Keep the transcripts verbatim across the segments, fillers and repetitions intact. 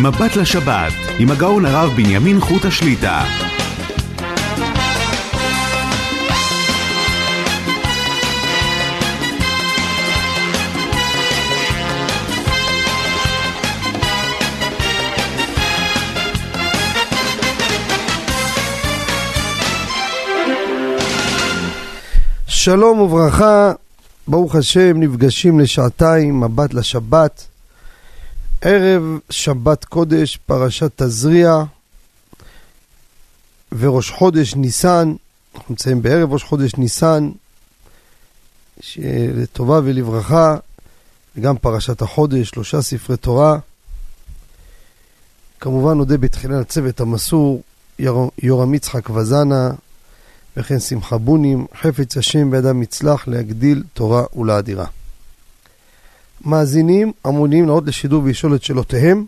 מבט לשבת עם הגאון הרב בנימין חוט השליטה. שלום וברכה, ברוך השם, נפגשים לשעתיים, מבט לשבת, ערב שבת קודש, פרשת תזריע וראש חודש ניסן. אנחנו נמצאים בערב ראש חודש ניסן, לטובה ולברכה, וגם פרשת החודש, שלושה ספרי תורה. כמובן נודה בתחילה לצוות המסור, יורם יצחק וזנה, וכן שמחה בונים, חפץ השם בידם מצלח להגדיל תורה ולאדירה. מאזינים המונים לעוד לשידור וישאול את שאלותיהם.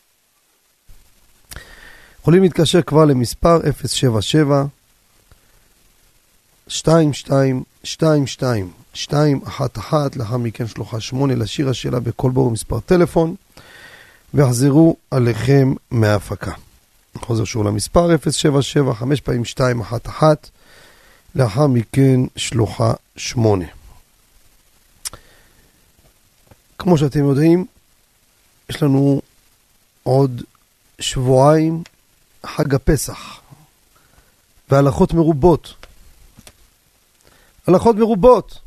יכולים להתקשר כבר למספר אפס שבע שבע שתיים שתיים שתיים שתיים שתיים אחת אחת, לאחר מכן שלוחה שמונה לשיר השאלה בכל בור מספר טלפון, והחזרו עליכם מההפקה. חוזר שוב למספר אפס שבע שבע חמש פעמים שתיים אחת אחת, לאחר מכן שלוחה שמונה. כמו שאתם יודעים, יש לנו עוד שבועיים חג הפסח, והלכות מרובות. הלכות מרובות.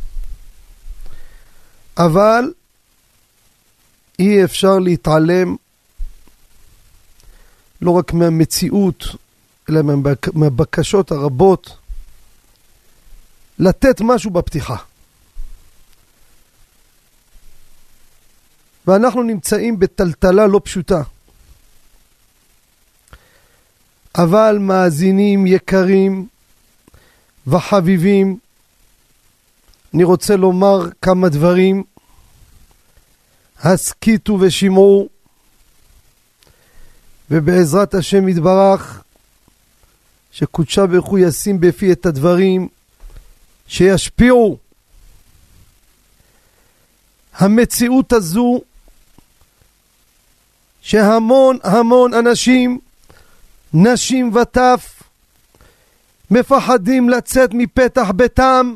אבל אי אפשר להתעלם לא רק מהמציאות, אלא מהבקשות הרבות, לתת משהו בפתיחה. ואנחנו נמצאים בטלטלה לא פשוטה. אבל מאזינים יקרים וחביבים, אני רוצה לומר כמה דברים. הסכיתו ושמעו, ובעזרת השם יתברך, שקודשה ברוך הוא ישים בפי את הדברים שישפיעו. המציאות הזו שהמון המון אנשים, נשים וטף, מפחדים לצאת מפתח ביתם,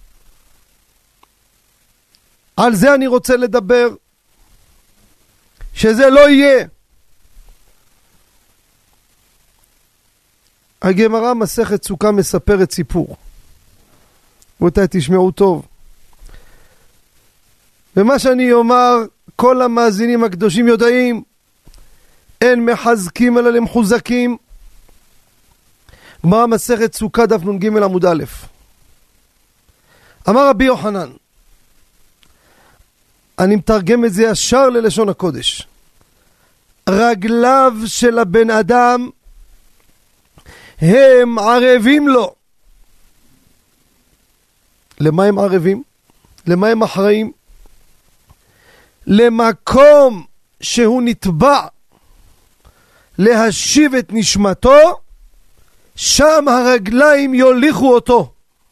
על זה אני רוצה לדבר, שזה לא יהיה. הגמרא מסכת סוכה מספרת סיפור, ואותה תשמעו טוב. ומה שאני אומר, כל המאזינים הקדושים יודעים, אין מחזקים אלא למחוזקים. גמרא מסכת סוכה דף נ"ג עמוד א'. אמר רבי יוחנן, אני מתרגם את זה ישר ללשון הקודש, רגליו של הבן אדם הם ערבים לו. למה הם ערבים? למה הם אחראים? למקום שהוא נטבע להשיב את נשמתו, שם הרגליים יוליכו אותו.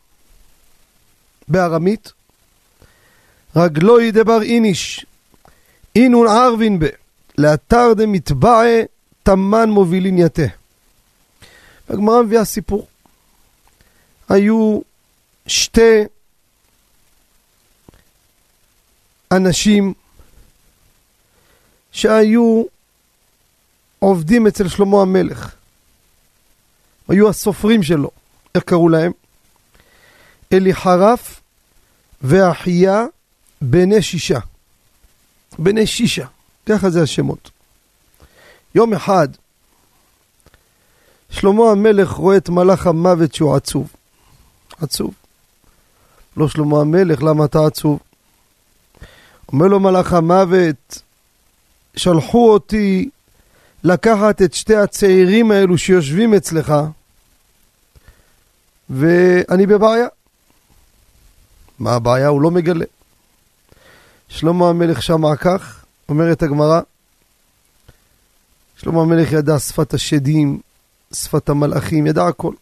בארמית, רגלו ידבר איניש, אינון ערבין בה, לאתר דמטבע תמן מובילין יתה. הגמרא מביאה סיפור. היו שתי אנשים שהיו עובדים אצל שלמה המלך. היו הסופרים שלו. איך קראו להם? אליחרף ואחיה בני שישה. בני שישה. ככה זה השמות. יום אחד שלמה המלך רואה את מלאך המוות שהוא עצוב. עצוב. לא שלמה המלך, למה אתה עצוב? אומר לו מלאך המוות, שלחו אותי לקחת את שתי הצעירים האלו שיושבים אצלך, ואני בבעיה. מה הבעיה? הוא לא מגלה. שלמה המלך שמע כך, אומרת הגמרא, שלמה המלך ידע שפת השדים, שפת המלאכים, ידע הכל.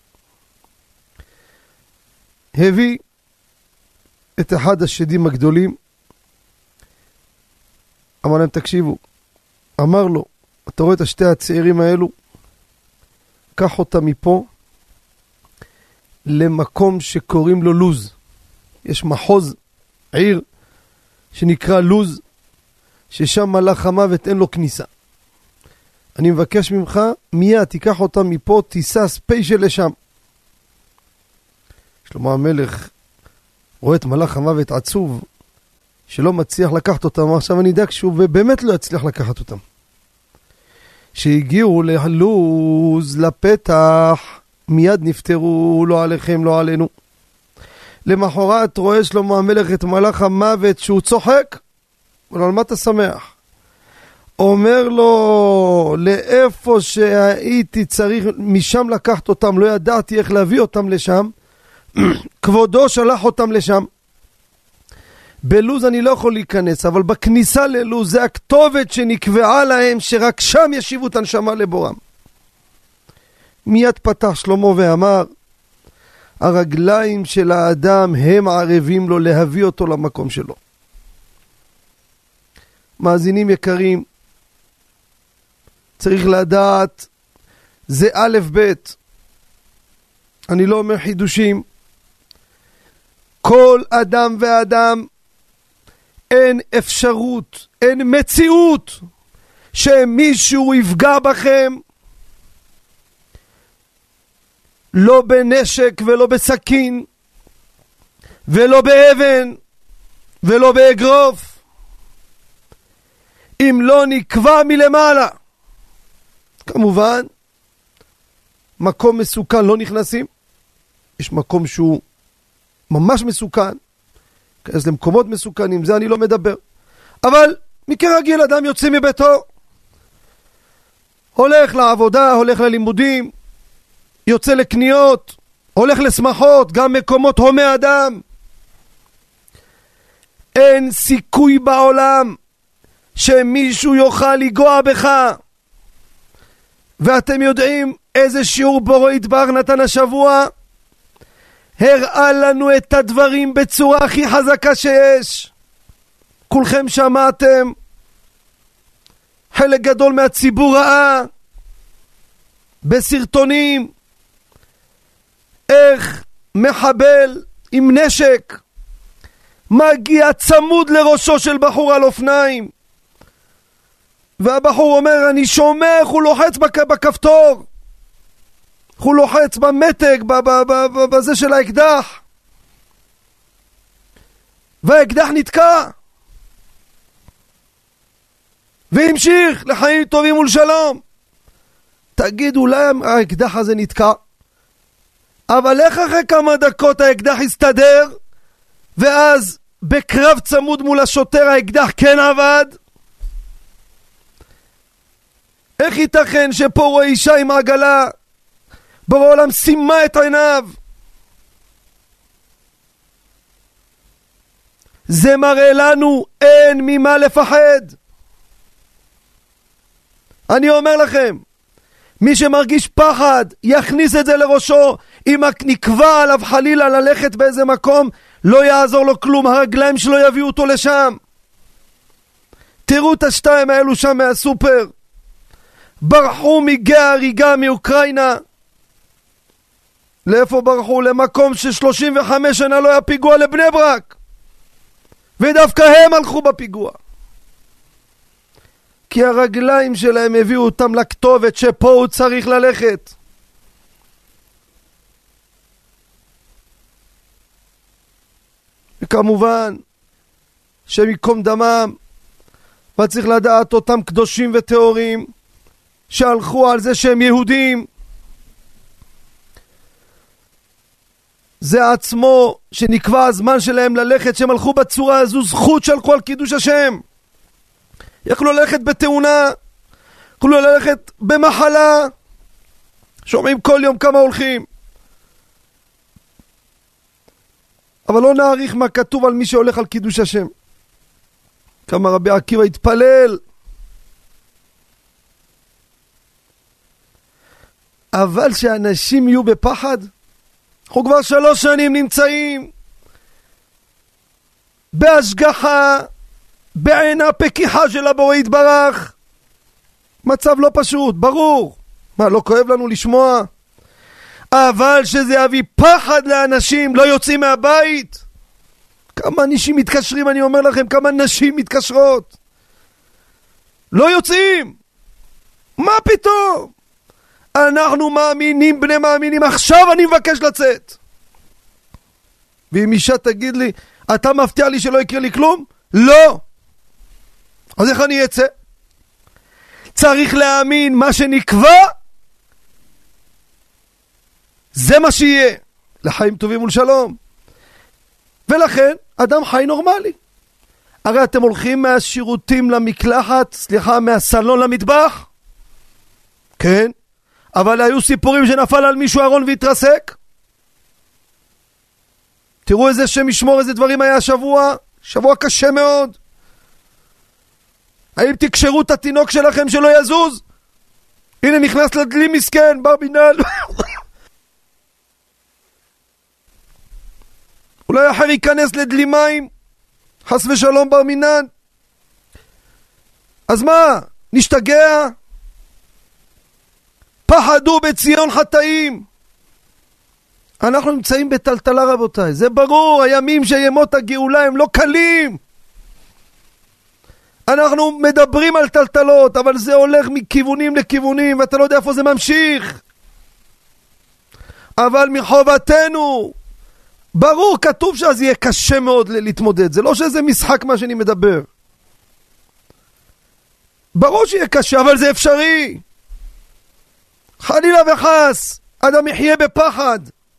הביא את אחד השדים הגדולים, אמר להם תקשיבו, אמר לו, אתה רואה את השתי הצעירים האלו, קח אותם מפה למקום שקוראים לו לוז. יש מחוז, עיר, שנקרא לוז, ששם מלאך המוות אין לו כניסה. אני מבקש ממך, מיד תיקח אותם מפה, טיסה ספיישל לשם. שלמה המלך רואה את מלאך המוות עצוב, שלא מצליח לקחת אותם. עכשיו אני אדאג שהוא באמת לא יצליח לקחת אותם. שהגיעו ללוז, לפתח, מיד נפטרו, לא עליכם, לא עלינו. למחרת רואה שלמה המלך את מלאך המוות שהוא צוחק, אבל על מה אתה שמח? אומר לו, לאיפה שהייתי צריך משם לקחת אותם, לא ידעתי איך להביא אותם לשם, כבודו שלח אותם לשם. בלוז אני לא יכול להיכנס, אבל בכניסה ללוז זה הכתובת שנקבעה להם, שרק שם ישיבו את הנשמה לבורם. מיד פתח שלמה ואמר, הרגליים של האדם הם ערבים לו להביא אותו למקום שלו. מאזינים יקרים, צריך לדעת, זה א' ב', אני לא אומר חידושים, כל אדם ואדם, אין אפשרות, אין מציאות, שמישהו יפגע בכם, לא בנשק ולא בסכין, ולא באבן, ולא באגרוף, אם לא נקבע מלמעלה. כמובן, מקום מסוכן לא נכנסים, יש מקום שהוא ממש מסוכן, כנס למקומות מסוכנים, זה אני לא מדבר. אבל מכרגיל אדם יוצא מביתו, הולך לעבודה, הולך ללימודים, יוצא לקניות, הולך לשמחות, גם מקומות הומי אדם. אין סיכוי בעולם שמישהו יוכל לגוע בך. ואתם יודעים איזה שיעור בורא יתברך נתן השבוע? הראה לנו את הדברים בצורה הכי חזקה שיש. כולכם שמעתם, חלק גדול מהציבור ראה בסרטונים איך מחבל עם נשק מגיע צמוד לראשו של בחור על אופניים, והבחור אומר, אני שומע, הוא לוחץ בכפתור, הוא לוחץ במתג, בזה של האקדח, והאקדח נתקע, והמשיך לחיים טובים ולשלום. תגיד, אולי האקדח הזה נתקע, אבל איך אחרי כמה דקות האקדח הסתדר, ואז בקרב צמוד מול השוטר האקדח כן עבד? איך ייתכן שפה רואה אישה עם עגלה, בעולם שימה את עיניו? זה מראה לנו אין ממה לפחד. אני אומר לכם, מי שמרגיש פחד יכניס את זה לראשו. אם נקבע עליו חלילה ללכת באיזה מקום, לא יעזור לו כלום, הרגליים שלו יביאו אותו לשם. תראו את השתיים האלו שם מהסופר, ברחו מגיא הריגה מאוקראינה. לאיפה ברחו? למקום ש-שלושים וחמש שנה לא היה פיגוע לבני ברק, ודווקא הם הלכו בפיגוע, כי הרגליים שלהם הביאו אותם לכתובת שפה הוא צריך ללכת. וכמובן שמקום דמם, וצריך לדעת אותם קדושים וטהורים שהלכו על זה שהם יהודים, זה עצמו שנקבע הזמן שלהם ללכת, שהם הלכו בצורה הזו, זכות שהלכו על קידוש השם. יכלו ללכת בתאונה, יכלו ללכת במחלה, שומעים כל יום כמה הולכים, אבל לא נעריך מה כתוב על מי שהולך על קידוש השם. כמה רבי עקיבא התפלל, אבל שאנשים יהיו בפחד. אנחנו כבר שלוש שנים נמצאים בהשגחה, בעינה פקיחה של הבורא יתברך, מצב לא פשוט, ברור. מה, לא כואב לנו לשמוע? אבל שזה יביא פחד לאנשים, לא יוצאים מהבית. כמה אנשים מתקשרים, אני אומר לכם, כמה נשים מתקשרות. לא יוצאים. מה פתאום? אנחנו מאמינים, בני מאמינים, עכשיו אני מבקש לצאת. ואם אישה תגיד לי, אתה מבטיח לי שלא יקרה לי כלום? לא. אז איך אני אצא? צריך להאמין מה שנקבע, זה מה שיהיה. לחיים טובים ולשלום. ולכן, אדם חי נורמלי. הרי אתם הולכים מהשירותים למקלחת, סליחה, מהסלון למטבח? כן. אבל היו סיפורים שנפל על מישהו ארון והתרסק? תראו איזה שם ישמור, איזה דברים היה השבוע. שבוע קשה מאוד. האם תקשרו את התינוק שלכם שלא יזוז? הנה נכנס לדלי מסכן, בר מינן. אולי אחר ייכנס לדלי מים, חס ושלום בר מינן. אז מה, נשתגע? פחדו בציון חטאים. אנחנו נמצאים בטלטלה רבותיי, זה ברור, הימים שימות הגאולה הם לא קלים. אנחנו מדברים על טלטלות, אבל זה הולך מכיוונים לכיוונים, ואתה לא יודע איפה זה ממשיך. אבל מחובתנו, ברור, כתוב שאז יהיה קשה מאוד להתמודד, זה לא שזה משחק מה שאני מדבר. ברור שיהיה קשה, אבל זה אפשרי. חלילה וחס, אדם יחיה בפחד.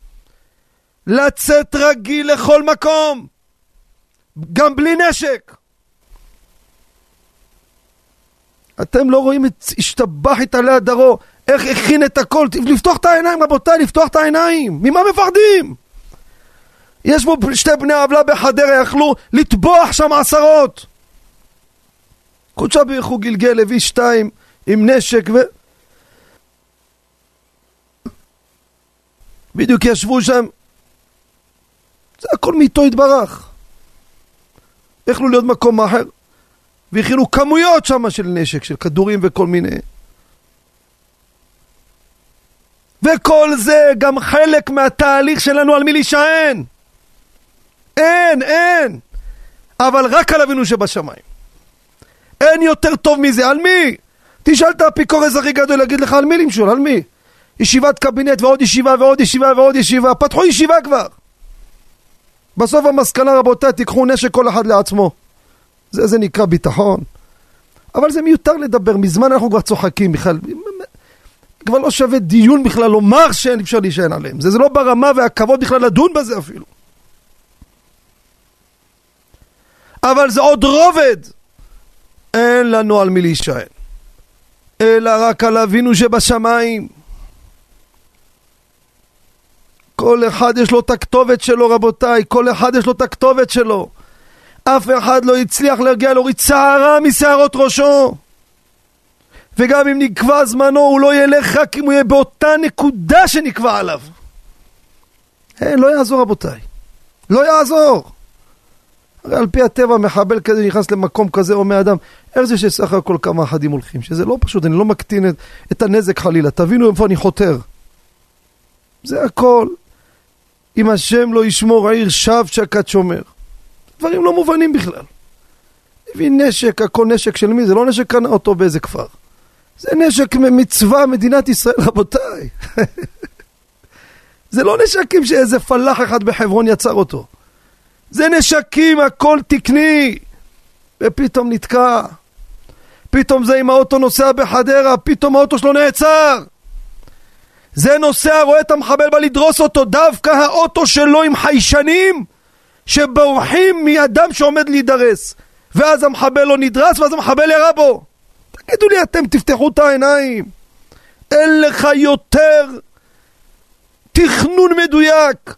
לצאת רגיל לכל מקום, גם בלי נשק. אתם לא רואים את השתבח את עלי הדרו, איך הכין את הכל, לפתוח את העיניים רבותיי, לפתוח את העיניים, ממה מפחדים? יש פה שתי בני עוולה בחדרה, יכלו לטבוח שם עשרות. קודשה ביחו גלגל הביא שתיים עם נשק ו... בדיוק ישבו שם, זה הכל מאיתו התברך. יכלו להיות מקום אחר, והכינו כמויות שם של נשק, של כדורים וכל מיני. וכל זה גם חלק מהתהליך שלנו על מי להישען. אין, אין. אבל רק על אבינו שבשמיים. אין יותר טוב מזה. על מי? תשאל את האפיקורס הכי גדול להגיד לך על מי למשול, על מי? ישיבת קבינט ועוד ישיבה ועוד ישיבה ועוד ישיבה. פתחו ישיבה כבר. בסוף המסקנה רבותיי, תיקחו נשק כל אחד לעצמו. זה, זה נקרא ביטחון. אבל זה מיותר לדבר. מזמן אנחנו כבר צוחקים בכלל. כבר לא שווה דיון בכלל לומר שאין אפשר להישען עליהם. זה, זה לא ברמה והכבוד בכלל לדון בזה אפילו. אבל זה עוד רובד. אין לנו על מי להישען. אלא רק על אבינו שבשמיים. כל אחד יש לו את הכתובת שלו רבותיי. כל אחד יש לו את הכתובת שלו. אף אחד לא הצליח להרגיע להוריד שערה משערות ראשו. וגם אם נקבע זמנו הוא לא ילך רק אם הוא יהיה באותה נקודה שנקבע עליו. אין, לא יעזור רבותיי. לא יעזור. הרי על פי הטבע מחבל כזה נכנס למקום כזה או מאדם. איך זה שסך הכל כמה אחדים הולכים? שזה לא פשוט, אני לא מקטין את, את הנזק חלילה. תבינו איפה אני חותר. זה הכל. אם השם לא ישמור העיר שב שקד שומר. דברים לא מובנים בכלל. הביא נשק, הכל נשק של מי? זה לא נשק קנה אותו באיזה כפר. זה נשק ממצווה מדינת ישראל רבותיי. זה לא נשקים שאיזה פלח אחד בחברון יצר אותו. זה נשקים, הכל תקני. ופתאום נתקע. פתאום זה עם האוטו נוסע בחדרה, פתאום האוטו שלו נעצר. זה נוסע, רואה את המחבל בא לדרוס אותו, דווקא האוטו שלו עם חיישנים שבורחים מאדם שעומד להידרס. ואז המחבל לא נדרס, ואז המחבל ירה בו. תגידו לי, אתם תפתחו את העיניים. אין לך יותר תכנון מדויק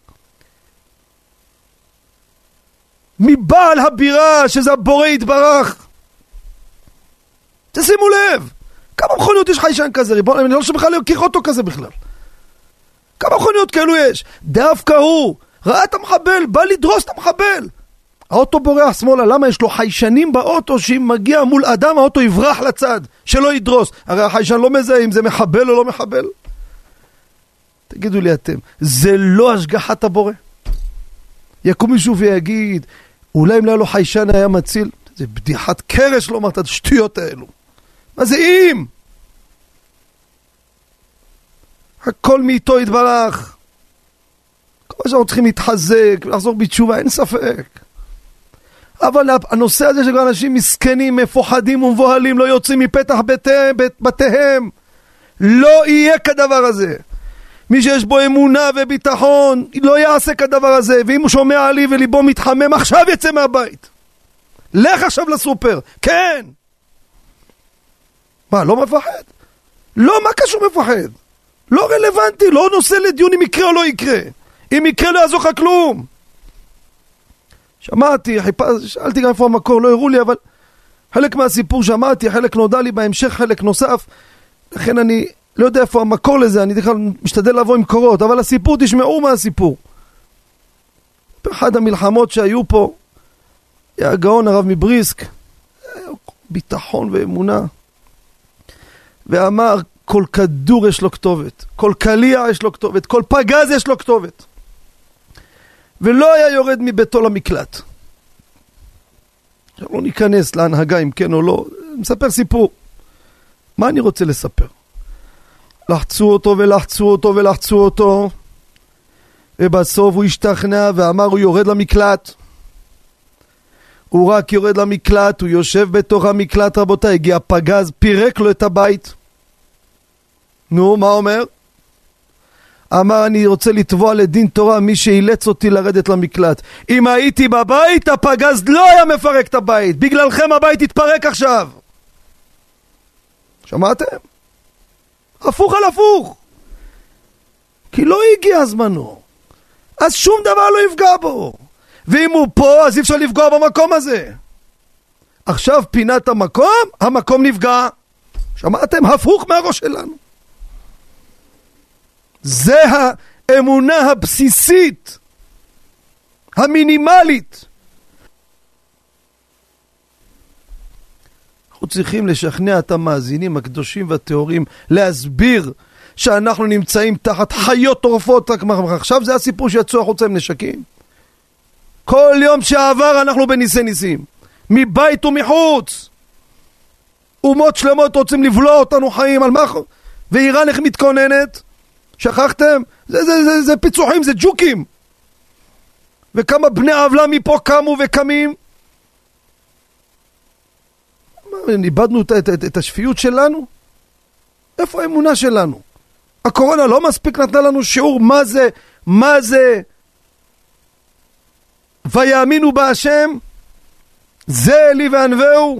מבעל הבירה, שזה הבורא יתברך. תשימו לב, כמה מכוניות יש חיישן כזה, ריבון, אני לא חושב בכלל להכיר אותו כזה בכלל. כמה מכוניות כאלו יש? דווקא הוא ראה את המחבל, בא לדרוס את המחבל. האוטו בורח שמאלה, למה? יש לו חיישנים באוטו, שאם מגיע מול אדם, האוטו יברח לצד, שלא ידרוס. הרי החיישן לא מזהה אם זה מחבל או לא מחבל. תגידו לי אתם, זה לא השגחת הבורא? יקום מישהו ויגיד, אולי אם לא היה לו חיישן היה מציל? זה בדיחת קרש לומר את השטויות האלו. מה זה אם? הכל מאיתו יתברך. כל מה שאנחנו צריכים להתחזק ולחזור בתשובה, אין ספק. אבל הנושא הזה שגם אנשים מסכנים, מפוחדים ומבוהלים, לא יוצאים מפתח בתיהם, בתיהם. לא יהיה כדבר הזה. מי שיש בו אמונה וביטחון, לא יעשה כדבר הזה. ואם הוא שומע עלי וליבו מתחמם, עכשיו יצא מהבית. לך עכשיו לסופר. כן. מה, לא מפחד? לא, מה קשור מפחד? לא רלוונטי, לא נושא לדיון אם יקרה או לא יקרה. אם יקרה לא יעזור לך כלום. שמעתי, חיפש, שאלתי גם איפה המקור, לא הראו לי, אבל חלק מהסיפור שמעתי, חלק נודע לי בהמשך, חלק נוסף, לכן אני לא יודע איפה המקור לזה, אני בכלל משתדל לבוא עם קורות, אבל הסיפור, תשמעו מה הסיפור. באחד המלחמות שהיו פה, היה הגאון הרב מבריסק, ביטחון ואמונה, ואמר, כל כדור יש לו כתובת, כל קליע יש לו כתובת, כל פגז יש לו כתובת. ולא היה יורד מביתו למקלט. עכשיו לא ניכנס להנהגה אם כן או לא, מספר סיפור. מה אני רוצה לספר? לחצו אותו ולחצו אותו ולחצו אותו, ובסוף הוא השתכנע ואמר הוא יורד למקלט. הוא רק יורד למקלט, הוא יושב בתוך המקלט, רבותיי, הגיע פגז, פירק לו את הבית. נו, מה אומר? אמר אני רוצה לתבוע לדין תורה מי שאילץ אותי לרדת למקלט. אם הייתי בבית, הפגז לא היה מפרק את הבית. בגללכם הבית יתפרק עכשיו. שמעתם? הפוך על הפוך. כי לא הגיע זמנו. אז שום דבר לא יפגע בו. ואם הוא פה, אז אי אפשר לפגוע במקום הזה. עכשיו פינת המקום, המקום נפגע. שמעתם? הפוך מהראש שלנו. זה האמונה הבסיסית, המינימלית. אנחנו צריכים לשכנע את המאזינים הקדושים והטהורים, להסביר שאנחנו נמצאים תחת חיות טורפות. עכשיו זה הסיפור שיצאו החוצה עם נשקים. כל יום שעבר אנחנו בניסי ניסים, מבית ומחוץ. אומות שלמות רוצים לבלוע אותנו חיים על מה? ואיראן איך מתכוננת? שכחתם? זה, זה, זה, זה פיצוחים, זה ג'וקים. וכמה בני עוולה מפה קמו וקמים. איבדנו את, את, את, את השפיות שלנו? איפה האמונה שלנו? הקורונה לא מספיק נתנה לנו שיעור מה זה, מה זה ויאמינו בהשם, זה אלי וענווהו.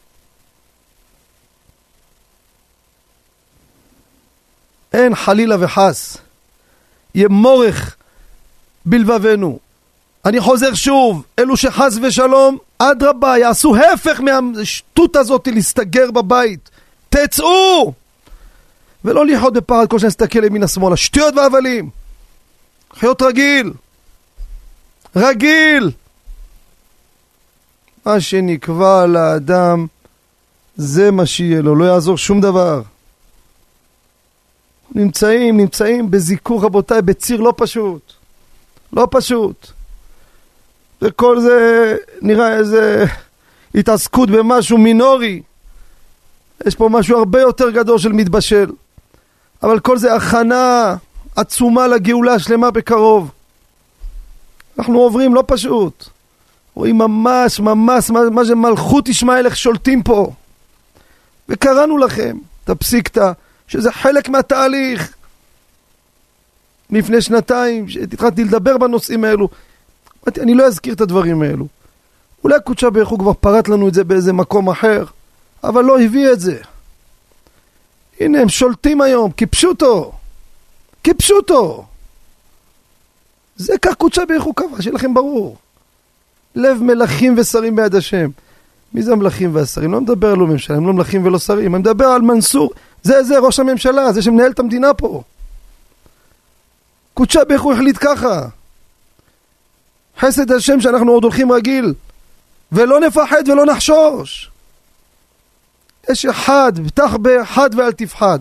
אין חלילה וחס יהיה מורך בלבבנו. אני חוזר שוב, אלו שחס ושלום עד רבה יעשו הפך מהשטות הזאת להסתגר בבית. תצאו ולא לחיות בפחד כל שנסתכל ימין השמאלה. שטויות והבלים. חיות רגיל רגיל. מה שנקבע לאדם זה מה שיהיה לו, לא יעזור שום דבר. נמצאים, נמצאים בזיכוך רבותיי, בציר לא פשוט. לא פשוט. וכל זה נראה איזה התעסקות במשהו מינורי. יש פה משהו הרבה יותר גדול של מתבשל. אבל כל זה הכנה עצומה לגאולה השלמה בקרוב. אנחנו עוברים לא פשוט. רואים ממש, ממש, מה זה מלכות ישמעאל איך שולטים פה. וקראנו לכם את הפסיקתא, שזה חלק מהתהליך. לפני שנתיים, שהתחלתי לדבר בנושאים האלו, אני לא אזכיר את הדברים האלו. אולי קודשה ברוך הוא כבר פרט לנו את זה באיזה מקום אחר, אבל לא הביא את זה. הנה, הם שולטים היום, כפשוטו. כפשוטו. זה כך קודשה ברוך הוא קבע, שיהיה לכם ברור. לב מלכים ושרים ביד השם. מי זה המלכים והשרים? לא מדבר על הממשלה, הם לא מלכים ולא שרים, הם מדבר על מנסור. זה זה ראש הממשלה, זה שמנהל את המדינה פה. קודשה ברוך הוא החליט ככה. חסד השם שאנחנו עוד הולכים רגיל, ולא נפחד ולא נחשוש. יש אחד, בטח באחד ואל תפחד.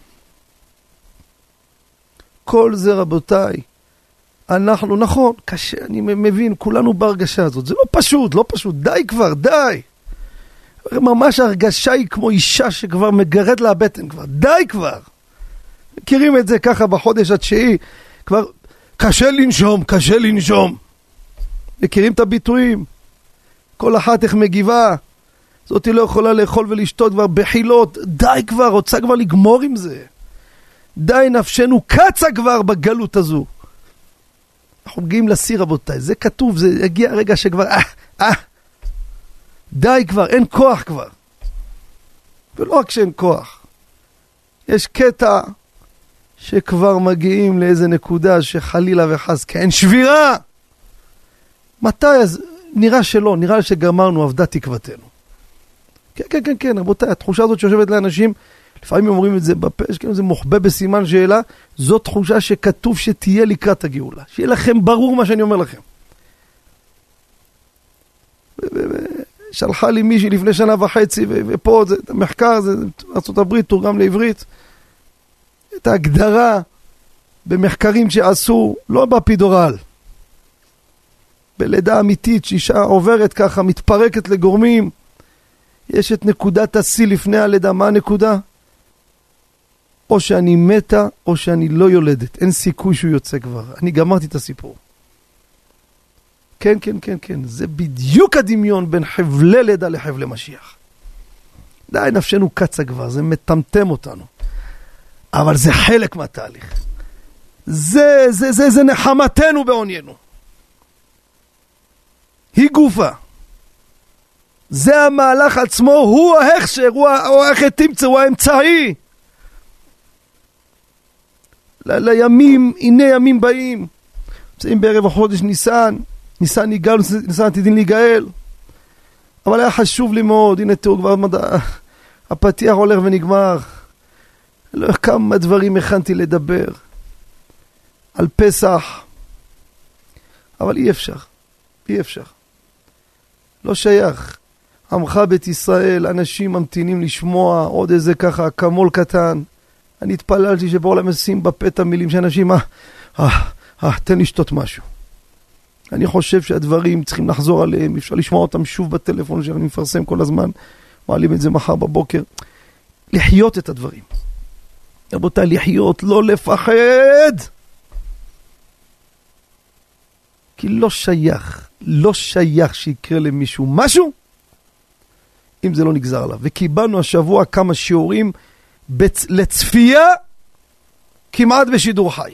כל זה רבותיי, אנחנו, נכון, קשה, אני מבין, כולנו בהרגשה הזאת, זה לא פשוט, לא פשוט, די כבר, די. ממש הרגשה היא כמו אישה שכבר מגרד לה הבטן כבר, די כבר. מכירים את זה ככה בחודש התשיעי, כבר קשה לנשום, קשה לנשום. מכירים את הביטויים? כל אחת איך מגיבה, זאתי לא יכולה לאכול ולשתות כבר בחילות, די כבר, רוצה כבר לגמור עם זה. די, נפשנו קצה כבר בגלות הזו. אנחנו מגיעים לשיא רבותיי, זה כתוב, זה הגיע הרגע שכבר, אה, אה, די כבר, אין כוח כבר. ולא רק שאין כוח, יש קטע שכבר מגיעים לאיזה נקודה שחלילה וחס כאין שבירה. מתי? אז נראה שלא, נראה שגמרנו, עבדה תקוותנו. כן, כן, כן, כן, רבותיי, התחושה הזאת שיושבת לאנשים, לפעמים אומרים את זה בפה, שכאילו זה מוחבא בסימן שאלה, זו תחושה שכתוב שתהיה לקראת הגאולה. שיהיה לכם ברור מה שאני אומר לכם. שלחה לי מישהי לפני שנה וחצי, ופה זה מחקר, זה ארצות הברית, תורגם לעברית, את ההגדרה במחקרים שעשו, לא בפידורל, בלידה אמיתית, שאישה עוברת ככה, מתפרקת לגורמים, יש את נקודת השיא לפני הלידה. מה הנקודה? או שאני מתה, או שאני לא יולדת. אין סיכוי שהוא יוצא כבר. אני גמרתי את הסיפור. כן, כן, כן, כן. זה בדיוק הדמיון בין חבלי לידה לחבלי משיח. די, נפשנו קצה כבר, זה מטמטם אותנו. אבל זה חלק מהתהליך. זה, זה, זה, זה נחמתנו בעוניינו. היא גופה. זה המהלך עצמו, הוא ההכשר, הוא ההכת תמצא, הוא האמצעי. ל- לימים, הנה ימים באים. נמצאים בערב החודש ניסן, ניסן ניגל, ניסן עתידין להיגאל. אבל היה חשוב לי מאוד, הנה תראו כבר מדע, הפתיח הולך ונגמר. לא יודע כמה דברים הכנתי לדבר. על פסח. אבל אי אפשר, אי אפשר. לא שייך. עמך בית ישראל, אנשים ממתינים לשמוע עוד איזה ככה כמול קטן. אני התפללתי שבעולם ישים בפה את המילים שאנשים, אה, אה, אה, תן לשתות משהו. אני חושב שהדברים צריכים לחזור עליהם, אפשר לשמוע אותם שוב בטלפון שאני מפרסם כל הזמן, מעלים את זה מחר בבוקר. לחיות את הדברים. רבותיי, לחיות, לא לפחד. כי לא שייך, לא שייך שיקרה למישהו משהו, אם זה לא נגזר עליו. וקיבלנו השבוע כמה שיעורים בצ... לצפייה כמעט בשידור חי.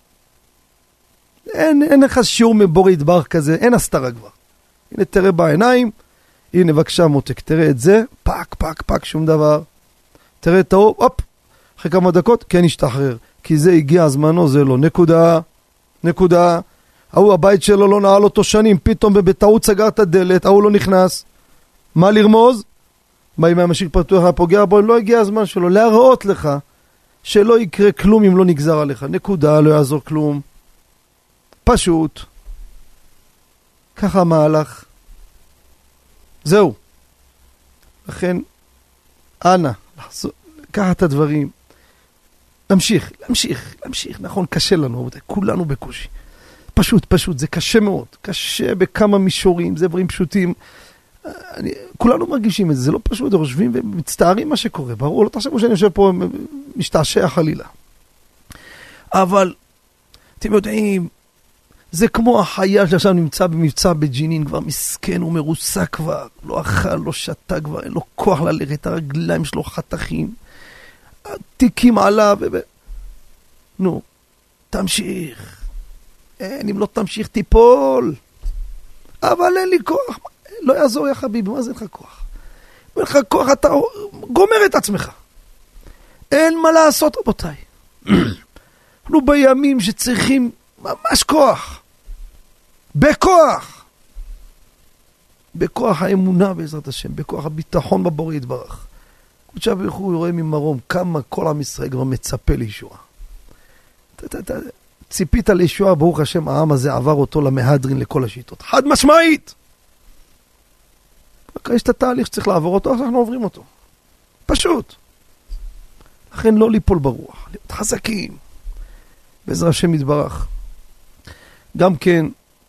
אין, אין לך שיעור מבור ידבר כזה, אין הסתרה כבר. הנה תראה בעיניים, הנה בבקשה מותק, תראה את זה, פק, פק, פק, שום דבר. תראה את האור, הופ, אחרי כמה דקות, כן ישתחרר. כי זה הגיע הזמנו, זה לא. נקודה, נקודה. ההוא הבית שלו לא נעל אותו שנים, פתאום בטעות סגר את הדלת, ההוא לא נכנס. מה לרמוז? מה אם המשיך פתוח הפוגע בו? לא הגיע הזמן שלו, להראות לך שלא יקרה כלום אם לא נגזר עליך. נקודה, לא יעזור כלום. פשוט. ככה המהלך. זהו. לכן, אנא, ככה את הדברים. להמשיך, להמשיך, להמשיך. נכון, קשה לנו, כולנו בקושי. פשוט, פשוט, זה קשה מאוד. קשה בכמה מישורים, זה דברים פשוטים. אני, כולנו מרגישים את זה, זה לא פשוט, חושבים ומצטערים מה שקורה. ברור, לא תחשבו שאני יושב פה משתעשע חלילה. אבל, אתם יודעים, זה כמו החייל שעכשיו נמצא במבצע בג'נין, כבר מסכן, הוא מרוסק כבר, לא אכל, לא שתה כבר, אין לו כוח ללכת, הרגליים שלו חתכים, התיקים עליו, ו... נו, תמשיך. אין, אם לא תמשיך תיפול. אבל אין לי כוח. לא יעזור יא חביבי, מה זה אין לך כוח? אין לך כוח, אתה גומר את עצמך. אין מה לעשות, רבותיי. אנחנו בימים שצריכים ממש כוח. בכוח. בכוח האמונה בעזרת השם, בכוח הביטחון בבורא יתברך. קודשא בריך הוא רואה ממרום כמה כל עם ישראל כבר מצפה לישועה. ציפית לישועה, ברוך השם, העם הזה עבר אותו למהדרין לכל השיטות. חד משמעית! יש את התהליך שצריך לעבור אותו, אז אנחנו עוברים אותו. פשוט. לכן לא ליפול ברוח, להיות חזקים. בעזר השם יתברך. גם כן,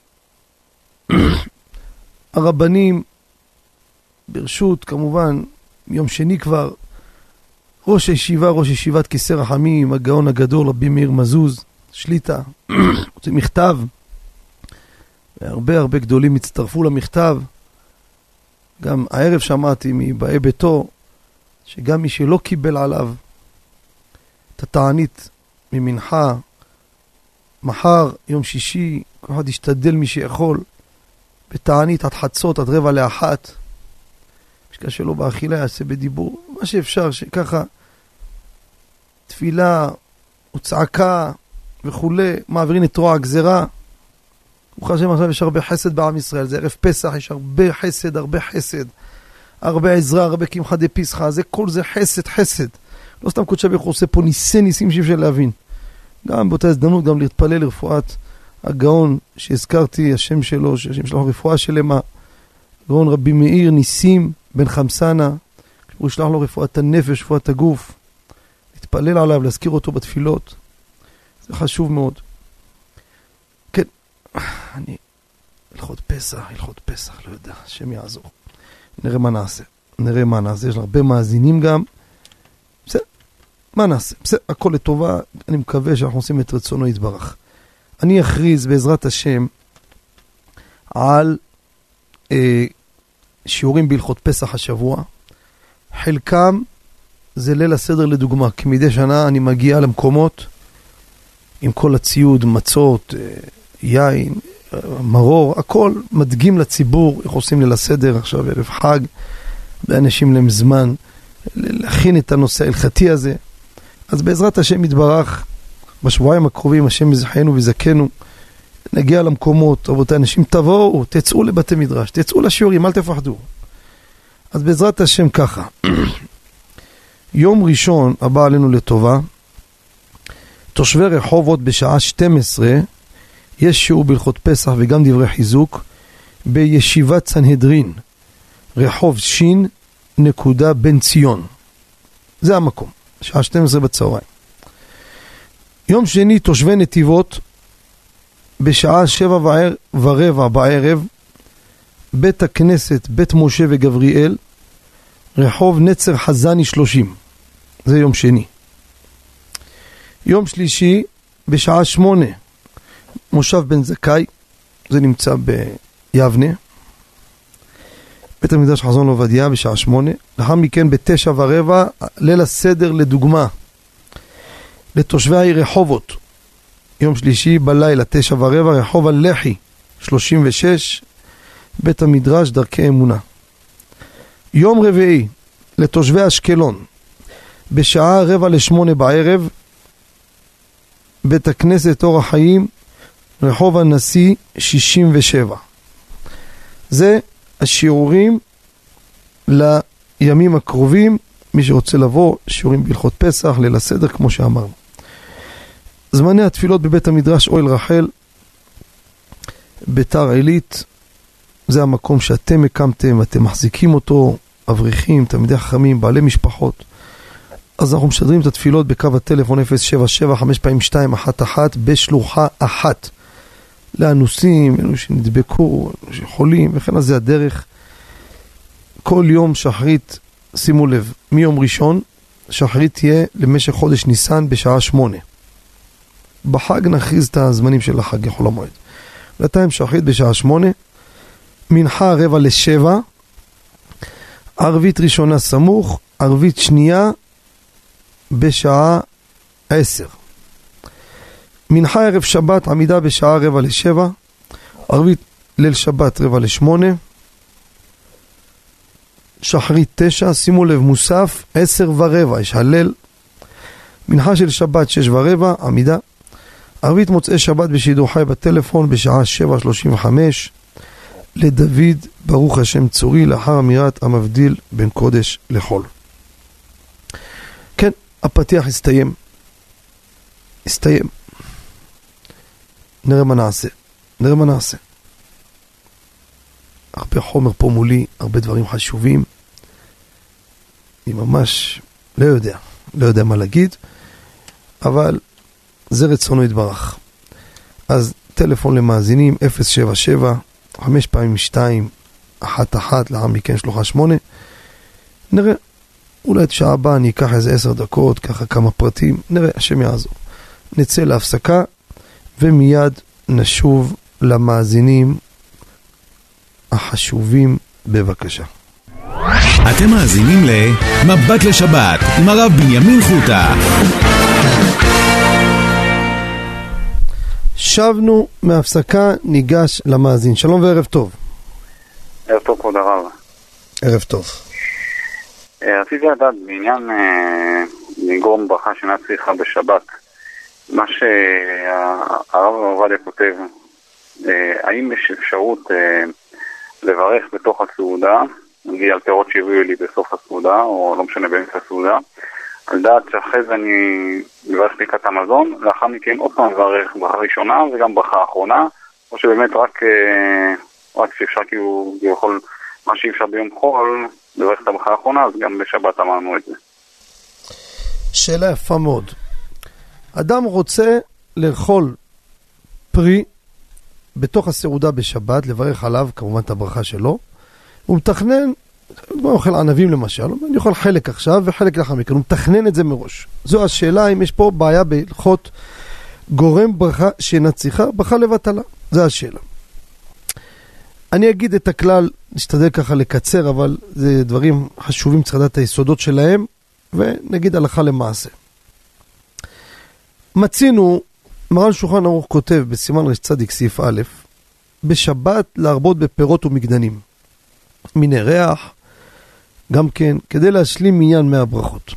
הרבנים, ברשות, כמובן, יום שני כבר, ראש הישיבה, ראש ישיבת כיסא רחמים, הגאון הגדול, רבי מאיר מזוז, שליטה, זה מכתב, והרבה הרבה גדולים הצטרפו למכתב. גם הערב שמעתי מבאי ביתו, שגם מי שלא קיבל עליו את התענית ממנחה, מחר, יום שישי, כל אחד ישתדל מי שיכול, בתענית עד חצות, עד רבע לאחת, שקשה לו באכילה יעשה בדיבור, מה שאפשר, שככה תפילה וצעקה וכולי, מעבירים את רוע הגזרה. ברוך השם, עכשיו יש הרבה חסד בעם ישראל, זה ערב פסח, יש הרבה חסד, הרבה חסד, הרבה עזרה, הרבה קמחא דפסחא, זה כל זה חסד, חסד. לא סתם קודש ברוך הוא עושה פה ניסי ניסים שאי אפשר להבין. גם באותה הזדמנות גם להתפלל לרפואת הגאון שהזכרתי, השם שלו, השם שלו רפואה שלמה, גאון רבי מאיר ניסים בן חמסנה, הוא ישלח לו רפואת הנפש, רפואת הגוף, להתפלל עליו, להזכיר אותו בתפילות, זה חשוב מאוד. כן, אני, הלכות פסח, הלכות פסח, לא יודע, השם יעזור. נראה מה נעשה, נראה מה נעשה, יש הרבה מאזינים גם, בסדר, מה נעשה? בסדר, הכל לטובה, אני מקווה שאנחנו עושים את רצונו יתברך. אני אכריז בעזרת השם על אה, שיעורים בהלכות פסח השבוע. חלקם זה ליל הסדר לדוגמה, כי מדי שנה אני מגיע למקומות עם כל הציוד, מצות, אה, יין, אה, מרור, הכל מדגים לציבור, איך עושים ליל הסדר עכשיו ערב חג, באנשים להם זמן להכין את הנושא ההלכתי הזה. אז בעזרת השם יתברך, בשבועיים הקרובים השם יזכנו ויזכנו, נגיע למקומות, רבותיי, אנשים תבואו, תצאו לבתי מדרש, תצאו לשיעורים, אל תפחדו. אז בעזרת השם ככה, יום ראשון הבא עלינו לטובה, תושבי רחובות בשעה שתים עשרה, יש שיעור בהלכות פסח וגם דברי חיזוק, בישיבת סנהדרין, רחוב שין נקודה בן ציון. זה המקום, שעה שתים עשרה בצהריים. יום שני תושבי נתיבות בשעה שבע ורבע בערב, בית הכנסת בית משה וגבריאל, רחוב נצר חזני שלושים. זה יום שני. יום שלישי בשעה שמונה, מושב בן זכאי, זה נמצא ביבנה, בית המקדש חזון עובדיה בשעה שמונה. לאחר מכן בתשע ורבע, ליל הסדר לדוגמה, לתושבי העיר רחובות, יום שלישי בלילה, תשע ורבע, רחוב הלחי, שלושים ושש, בית המדרש דרכי אמונה. יום רביעי, לתושבי אשקלון, בשעה רבע לשמונה בערב, בית הכנסת אור החיים, רחוב הנשיא, שישים ושבע. זה השיעורים לימים הקרובים, מי שרוצה לבוא, שיעורים בהלכות פסח, ליל הסדר, כמו שאמרנו. זמני התפילות בבית המדרש אוהל רחל, ביתר עילית, זה המקום שאתם הקמתם, אתם מחזיקים אותו, אברכים, תלמידי חכמים, בעלי משפחות. אז אנחנו משדרים את התפילות בקו הטלפון אפס שבע שבע חמש שתיים אחת אחת בשלוחה אחת. לאנוסים, אלו שנדבקו, אלו שחולים, וכן אז זה הדרך. כל יום שחרית, שימו לב, מיום ראשון, שחרית תהיה למשך חודש ניסן בשעה שמונה. בחג נכריז את הזמנים של החג יכול המועד. לתיים שחרית בשעה שמונה, מנחה רבע לשבע, ערבית ראשונה סמוך, ערבית שנייה בשעה עשר. מנחה ערב שבת עמידה בשעה רבע לשבע, ערבית ליל שבת רבע לשמונה, שחרית תשע, שימו לב מוסף עשר ורבע, יש הלל, מנחה של שבת שש ורבע, עמידה, ערבית מוצאי שבת בשידור חי בטלפון בשעה שבע שלושים וחמש, לדוד ברוך השם צורי, לאחר אמירת המבדיל בין קודש לחול. כן, הפתיח הסתיים. הסתיים. נראה מה נעשה. נראה מה נעשה. הרבה חומר פה מולי, הרבה דברים חשובים. אני ממש לא יודע, לא יודע מה להגיד, אבל זה רצונו יתברך. אז טלפון למאזינים אפס שבע שבע חמש פעמים שתיים אחת אחת, לאחר מכן שלוחה שמונה. נראה, אולי את שעה הבאה אני אקח איזה עשר דקות, ככה כמה פרטים, נראה, השם יעזור. נצא להפסקה ומיד נשוב למאזינים החשובים, בבקשה. אתם מאזינים למבט לשבת עם הרב בנימין חוטה. שבנו מהפסקה, ניגש למאזין. שלום וערב טוב. ערב טוב כבוד הרב. ערב טוב. רציתי לדעת בעניין לגרום ברכה שאינה צריכה בשבת, מה שהרב עובדיה כותב, האם יש אפשרות לברך בתוך הסעודה, נגיד על פירות שהביאו לי בסוף הסעודה, או לא משנה באמצע הסעודה, על דעת שאחרי זה אני מברך ברכת המזון, לאחר מכן עוד פעם מברך ברכה ראשונה וגם ברכה האחרונה, או שבאמת רק, רק שאפשר כאילו יכול, מה שאפשר ביום חול, לברך את הברכה האחרונה, אז גם בשבת אמרנו את זה. שאלה יפה מאוד. אדם רוצה לאכול פרי בתוך הסעודה בשבת, לברך עליו כמובן את הברכה שלו, הוא מתכנן, הוא אוכל ענבים למשל, אני אוכל חלק עכשיו וחלק לאחר מכן, הוא מתכנן את זה מראש. זו השאלה אם יש פה בעיה בהלכות גורם ברכה שאינה צריכה, ברכה לבטלה. זו השאלה. אני אגיד את הכלל, נשתדל ככה לקצר, אבל זה דברים חשובים, צריך לדעת את היסודות שלהם, ונגיד הלכה למעשה. מצינו, מרן שולחן ערוך כותב בסימן רש צדיק סעיף א', בשבת להרבות בפירות ומגדנים, מיני ריח, גם כן, כדי להשלים עניין מהברכות.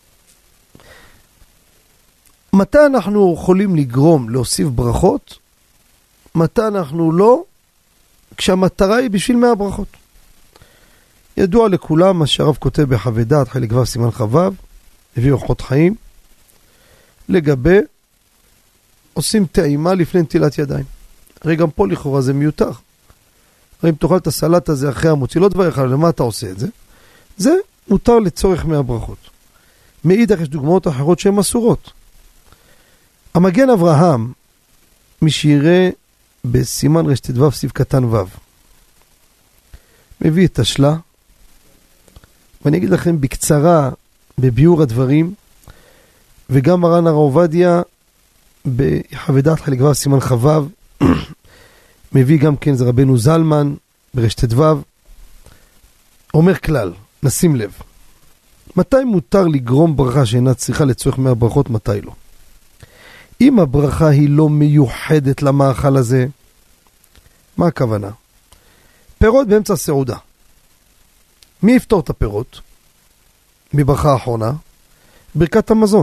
מתי אנחנו יכולים לגרום להוסיף ברכות? מתי אנחנו לא? כשהמטרה היא בשביל מהברכות. ידוע לכולם מה שהרב כותב בחוות דעת, חלק ו' סימן חו', הביא אורחות חיים, לגבי עושים טעימה לפני נטילת ידיים. הרי גם פה לכאורה זה מיותר. הרי אם תאכל את הסלט הזה אחרי המוציא, לא דבר אחד, למה אתה עושה את זה? זה מותר לצורך מהברכות. מאידך יש דוגמאות אחרות שהן אסורות. המגן אברהם, מי שיראה בסימן רש ט"ו סעיף קטן ו', מביא את השלה, ואני אגיד לכם בקצרה, בביאור הדברים, וגם מרן הרב עובדיה, בחוות דעת חלק ו' סימן חו', מביא גם כן, זה רבנו זלמן, ברש ט"ו, אומר כלל, נשים לב, מתי מותר לגרום ברכה שאינה צריכה לצורך מהברכות, מתי לא? אם הברכה היא לא מיוחדת למאכל הזה, מה הכוונה? פירות באמצע הסעודה. מי יפתור את הפירות? מברכה האחרונה? ברכת המזון.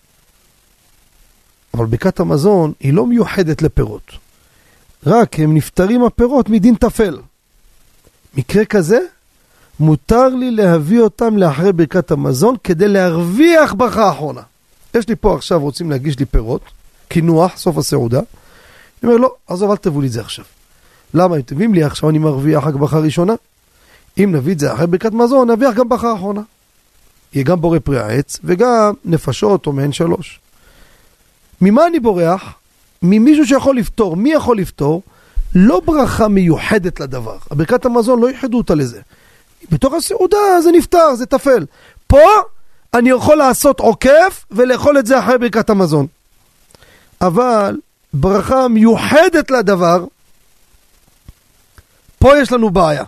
אבל ברכת המזון היא לא מיוחדת לפירות. רק הם נפטרים הפירות מדין תפל. מקרה כזה, מותר לי להביא אותם לאחרי ברכת המזון כדי להרוויח ברכה האחרונה. יש לי פה עכשיו, רוצים להגיש לי פירות, כינוח, סוף הסעודה. אני אומר, לא, עזוב, אל תבוא לי את זה עכשיו. למה? אם תביאים לי עכשיו, אני מרוויח רק ברכה ראשונה. אם נביא את זה אחרי ברכת מזון, נרוויח גם ברכה האחרונה. יהיה גם בורא פרי העץ, וגם נפשות או מהן שלוש. ממה אני בורח? ממישהו שיכול לפתור. מי יכול לפתור? לא ברכה מיוחדת לדבר. ברכת המזון לא יחדו אותה לזה. בתוך הסעודה זה נפטר, זה תפל. פה אני יכול לעשות עוקף ולאכול את זה אחרי ברכת המזון. אבל ברכה מיוחדת לדבר, פה יש לנו בעיה.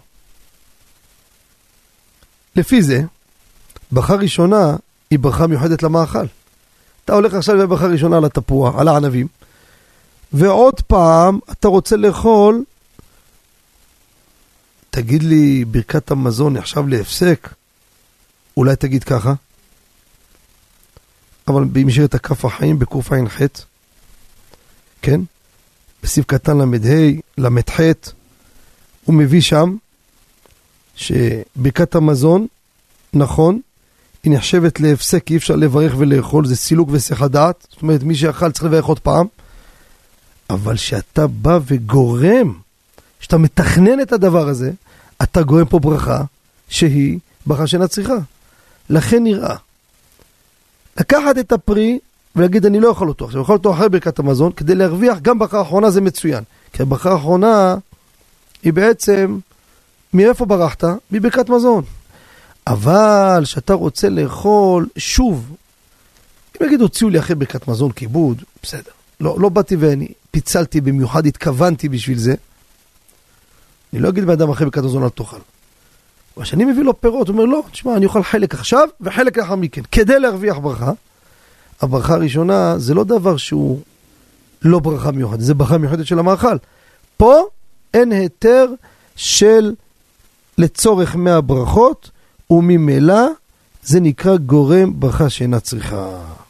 לפי זה, ברכה ראשונה היא ברכה מיוחדת למאכל. אתה הולך עכשיו לברכה ראשונה על התפוח, על הענבים, ועוד פעם אתה רוצה לאכול, תגיד לי ברכת המזון עכשיו להפסק, אולי תגיד ככה, אבל במשאיר את הכף החיים בקוף עין חטא, כן? בסעיף קטן למד ה' למד חטא, הוא מביא שם שברכת המזון, נכון, היא נחשבת להפסק, אי אפשר לברך ולאכול, זה סילוק וסך הדעת, זאת אומרת מי שאכל צריך לברך עוד פעם, אבל שאתה בא וגורם, שאתה מתכנן את הדבר הזה, אתה גורם פה ברכה, שהיא ברכה שאינה צריכה. לכן נראה. לקחת את הפרי, ולהגיד אני לא אוכל אותו. עכשיו, אוכל אותו אחרי ברכת המזון, כדי להרוויח גם ברכה האחרונה זה מצוין. כי הברכה האחרונה, היא בעצם, מאיפה ברחת? מברכת מזון. אבל שאתה רוצה לאכול, שוב, אם נגיד הוציאו לי אחרי ברכת מזון כיבוד, בסדר. לא, לא באתי ואני פיצלתי במיוחד, התכוונתי בשביל זה. אני לא אגיד באדם אחרי ברכת מזון אל תאכל. כשאני מביא לו פירות, הוא אומר לא, תשמע, אני אוכל חלק עכשיו וחלק לאחר מכן, כדי להרוויח ברכה. הברכה הראשונה זה לא דבר שהוא לא ברכה מיוחדת, זה ברכה מיוחדת של המאכל. פה אין היתר של לצורך מהברכות, וממילא זה נקרא גורם ברכה שאינה צריכה.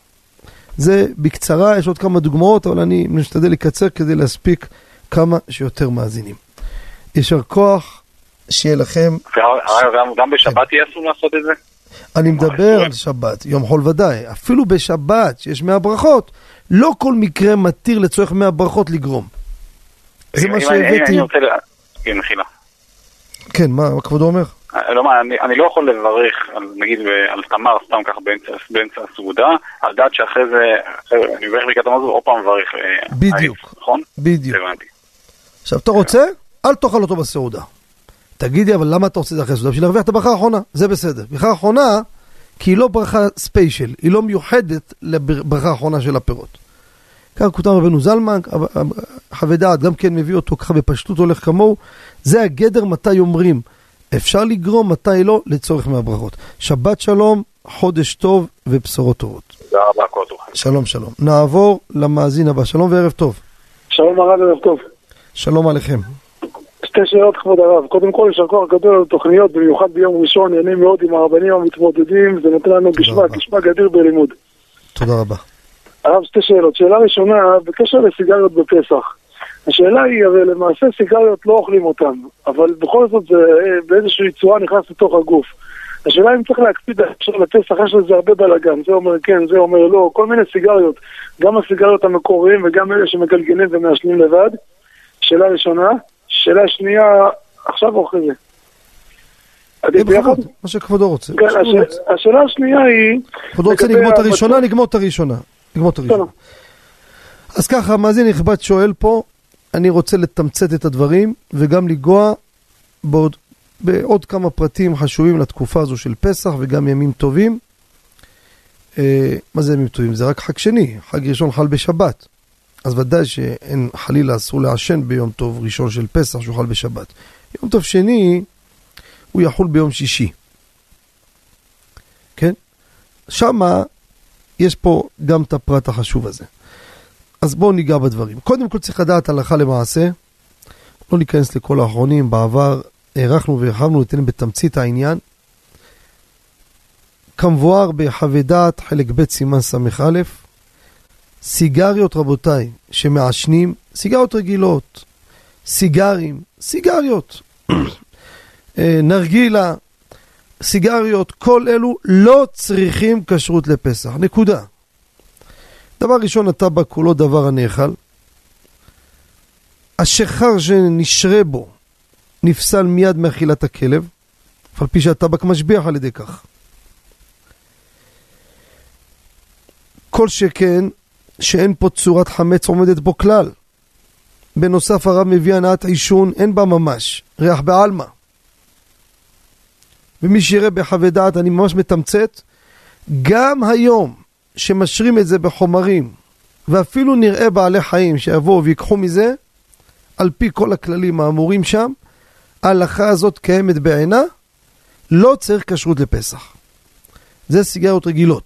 זה בקצרה, יש עוד כמה דוגמאות, אבל אני משתדל לקצר כדי להספיק כמה שיותר מאזינים. ישר כוח, שיהיה לכם... גם בשבת יהיה אסור לעשות את זה? אני מדבר על שבת, יום חול ודאי. אפילו בשבת, שיש מאה ברכות, לא כל מקרה מתיר לצורך מאה ברכות לגרום. זה מה שהבאתי... אני רוצה... כן, מחילה. כן, מה כבודו אומר? אני לא יכול לברך, נגיד, על תמר, סתם ככה באמצע הסעודה, על דעת שאחרי זה, אני מברך ברכת המזון, עוד פעם מברך... בדיוק. נכון? בדיוק. עכשיו, אתה רוצה? אל תאכל אותו בסעודה. תגידי, אבל למה אתה רוצה את זה אחרי הסעודה? בשביל להרוויח את הברכה האחרונה, זה בסדר. ברכה האחרונה, כי היא לא ברכה ספיישל, היא לא מיוחדת לברכה האחרונה של הפירות. כאן כותב רבנו זלמן, חווה דעת, גם כן מביא אותו ככה בפשטות הולך כמוהו, זה הגדר מתי אומרים, אפשר לגרום מתי לא לצורך מהברכות. שבת שלום, חודש טוב ובשורות טובות. תודה רבה, כל טוב. שלום שלום. נעבור למאזין הבא, שלום וערב טוב. שלום הרב, ערב טוב. שלום עליכם. שתי שאלות כבוד הרב. קודם כל, יש כוח גדול על תוכניות, במיוחד ביום ראשון, נהנים מאוד עם הרבנים המתמודדים, זה נותן לנו גשמה, גשמה גדיר בלימוד. תודה רבה. הרב, שתי שאלות. שאלה ראשונה, בקשר לסיגריות בפסח. השאלה היא, הרי למעשה סיגריות לא אוכלים אותן, אבל בכל זאת זה באיזושהי צורה נכנס לתוך הגוף. השאלה אם צריך להקפיד לפסח, יש לזה הרבה בלגן, זה אומר כן, זה אומר לא, כל מיני סיגריות, גם הסיגריות המקוריים וגם אלה שמגלגלים ומעשנים לבד. שאלה ראשונה. שאלה שנייה, עכשיו או אחרי זה? מה שכבודו רוצה. השאלה השנייה היא... כבודו רוצה לגמור את הראשונה, נגמור את הראשונה. נגמור את הראשונה. אז ככה, המאזין נכבד שואל פה, אני רוצה לתמצת את הדברים, וגם לגוע בעוד, בעוד כמה פרטים חשובים לתקופה הזו של פסח, וגם ימים טובים. אה, מה זה ימים טובים? זה רק חג שני, חג ראשון חל בשבת. אז ודאי שאין חלילה אסור לעשן ביום טוב ראשון של פסח שהוא חל בשבת. יום טוב שני הוא יחול ביום שישי. כן? שמה יש פה גם את הפרט החשוב הזה. אז בואו ניגע בדברים. קודם כל צריך לדעת הלכה למעשה. לא ניכנס לכל האחרונים. בעבר הערכנו והרחבנו ניתן בתמצית העניין. כמבואר בחווה דעת חלק ב' סימן סמך א', סיגריות רבותיי שמעשנים, סיגריות רגילות, סיגרים, סיגריות, נרגילה, סיגריות, כל אלו לא צריכים כשרות לפסח, נקודה. דבר ראשון, הטבק הוא לא דבר הנאכל. השחר שנשרה בו נפסל מיד מאכילת הכלב, על פי שהטבק משביח על ידי כך. כל שכן שאין פה צורת חמץ עומדת בו כלל. בנוסף הרב מביא הנעת עישון, אין בה ממש, ריח בעלמה. ומי שיראה בחווה דעת, אני ממש מתמצת, גם היום שמשרים את זה בחומרים, ואפילו נראה בעלי חיים שיבואו ויקחו מזה, על פי כל הכללים האמורים שם, ההלכה הזאת קיימת בעינה, לא צריך כשרות לפסח. זה סיגריות רגילות.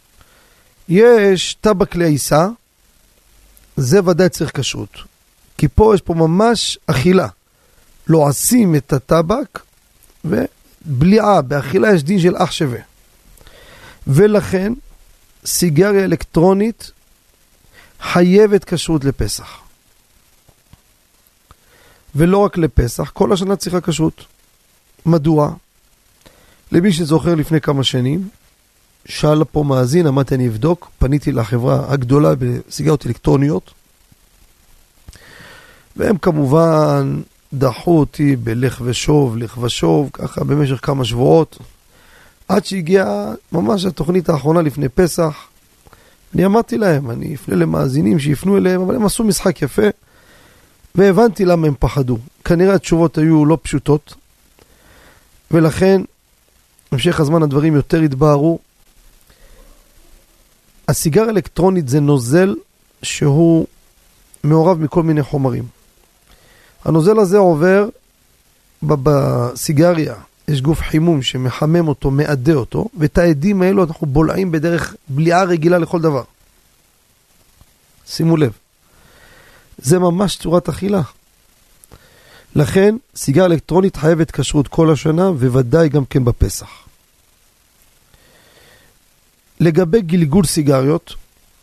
יש טבק לעיסה, זה ודאי צריך כשרות. כי פה יש פה ממש אכילה. לועשים את הטבק ובליעה, באכילה יש דין של אח שווה. ולכן סיגריה אלקטרונית חייבת כשרות לפסח. ולא רק לפסח, כל השנה צריכה כשרות. מדוע? למי שזוכר לפני כמה שנים, שאל פה מאזין, אמרתי אני אבדוק, פניתי לחברה הגדולה בסיגריות אלקטרוניות, והם כמובן דחו אותי בלך ושוב, לך ושוב, ככה במשך כמה שבועות, עד שהגיעה ממש התוכנית האחרונה לפני פסח. אני אמרתי להם, אני אפנה למאזינים שיפנו אליהם, אבל הם עשו משחק יפה, והבנתי למה הם פחדו. כנראה התשובות היו לא פשוטות, ולכן, המשך הזמן הדברים יותר התבהרו. הסיגר אלקטרונית זה נוזל שהוא מעורב מכל מיני חומרים. הנוזל הזה עובר בסיגריה, יש גוף חימום שמחמם אותו, מעדה אותו, ואת העדים האלו אנחנו בולעים בדרך בליעה רגילה לכל דבר. שימו לב. זה ממש צורת אכילה. לכן, סיגר אלקטרונית חייבת כשרות כל השנה, וודאי גם כן בפסח. לגבי גלגול סיגריות,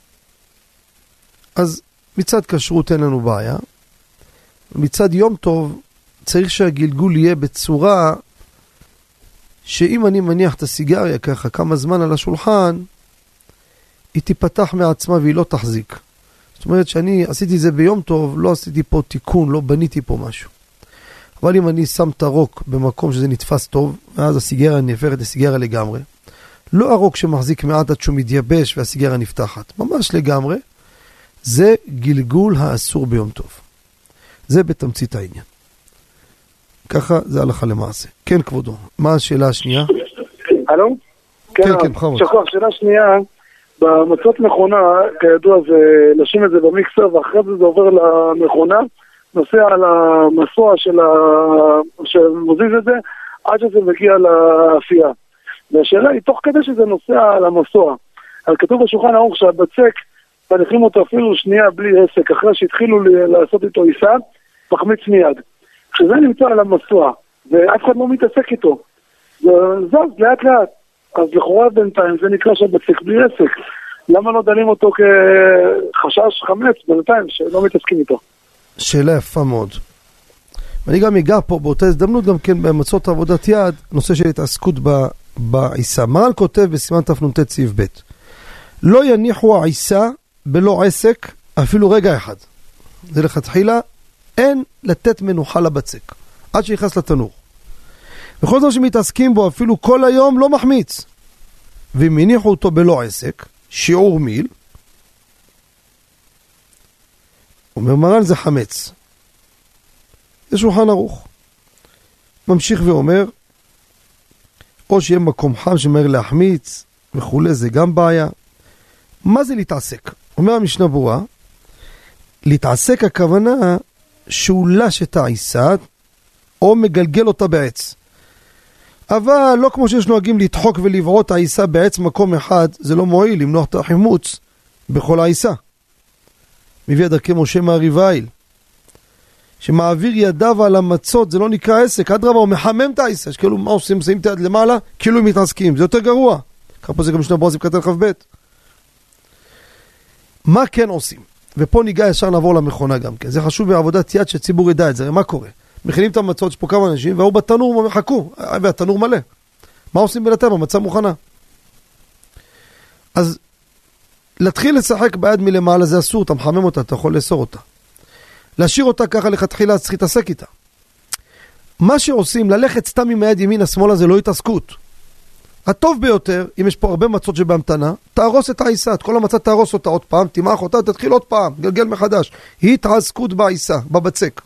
אז מצד כשרות אין לנו בעיה, מצד יום טוב, צריך שהגלגול יהיה בצורה שאם אני מניח את הסיגריה ככה כמה זמן על השולחן, היא תיפתח מעצמה והיא לא תחזיק. זאת אומרת שאני עשיתי זה ביום טוב, לא עשיתי פה תיקון, לא בניתי פה משהו. אבל אם אני שם את הרוק במקום שזה נתפס טוב, ואז הסיגריה נהפכת לסיגריה לגמרי, לא הרוק שמחזיק מעט עד שהוא מתייבש והסיגריה נפתחת, ממש לגמרי, זה גלגול האסור ביום טוב. זה בתמצית העניין. ככה זה הלכה למעשה. כן, כבודו. מה השאלה השנייה? הלו? כן, כן, בכבוד. שכוח, שאלה שנייה, במצות מכונה, כידוע, זה לשים את זה במיקסר, ואחרי זה זה עובר למכונה, נוסע על המסוע של ה... שמוזיז את זה, עד שזה מגיע לאפייה. והשאלה היא, תוך כדי שזה נוסע על המסוע, אז כתוב בשולחן ערוך שהבצק, מניחים אותו אפילו שנייה בלי עסק, אחרי שהתחילו לעשות איתו עיסה, מחמיץ מיד. כשזה נמצא על המסוע, ואף אחד לא מתעסק איתו, זה זז לאט לאט. אז לכאורה בינתיים זה נקרא שבצק בלי עסק. למה לא דנים אותו כחשש חמץ בינתיים שלא מתעסקים איתו? שאלה יפה מאוד. ואני גם אגע פה באותה הזדמנות גם כן במצות עבודת יד, נושא של התעסקות בעיסה. מרן כותב בסימן תפנונתת סעיף ב', לא יניחו העיסה בלא עסק אפילו רגע אחד. זה לכתחילה, אין לתת מנוחה לבצק, עד שיחס לתנור. בכל זאת שמתעסקים בו אפילו כל היום לא מחמיץ. ואם הניחו אותו בלא עסק, שיעור מיל, אומר מרן זה חמץ. זה שולחן ערוך. ממשיך ואומר, או שיהיה מקום חם שמהר להחמיץ וכו', זה גם בעיה. מה זה להתעסק? אומר המשנה ברורה, להתעסק הכוונה שהוא לש את העיסה או מגלגל אותה בעץ. אבל לא כמו שיש נוהגים לדחוק ולבעוט העיסה בעץ מקום אחד, זה לא מועיל למנוע את החימוץ בכל העיסה. מביא דרכי משה מהריבייל, שמעביר ידיו על המצות, זה לא נקרא עסק, עד רבה הוא מחמם את העיסה, שכאילו מה עושים, שמים את היד למעלה, כאילו הם מתעסקים, זה יותר גרוע. כך פה זה גם שני ברזים כתל חב בית. מה כן עושים? ופה ניגע ישר נעבור למכונה גם כן. זה חשוב בעבודת יד שציבור ידע את זה. מה קורה? מכינים את המצות, יש פה כמה אנשים, והוא בתנור מחכו, והתנור מלא. מה עושים בינתיים? המצה מוכנה. אז להתחיל לשחק ביד מלמעלה זה אסור, אתה מחמם אותה, אתה יכול לאסור אותה. להשאיר אותה ככה לכתחילה, צריך להתעסק איתה. מה שעושים, ללכת סתם עם היד ימין השמאלה, זה לא התעסקות. הטוב ביותר, אם יש פה הרבה מצות שבהמתנה, תהרוס את העיסה, את כל המצה תהרוס אותה עוד פעם, תימח אותה, תתחיל עוד פעם, גלגל מחדש. היא התעסקות בעיסה, בבצק.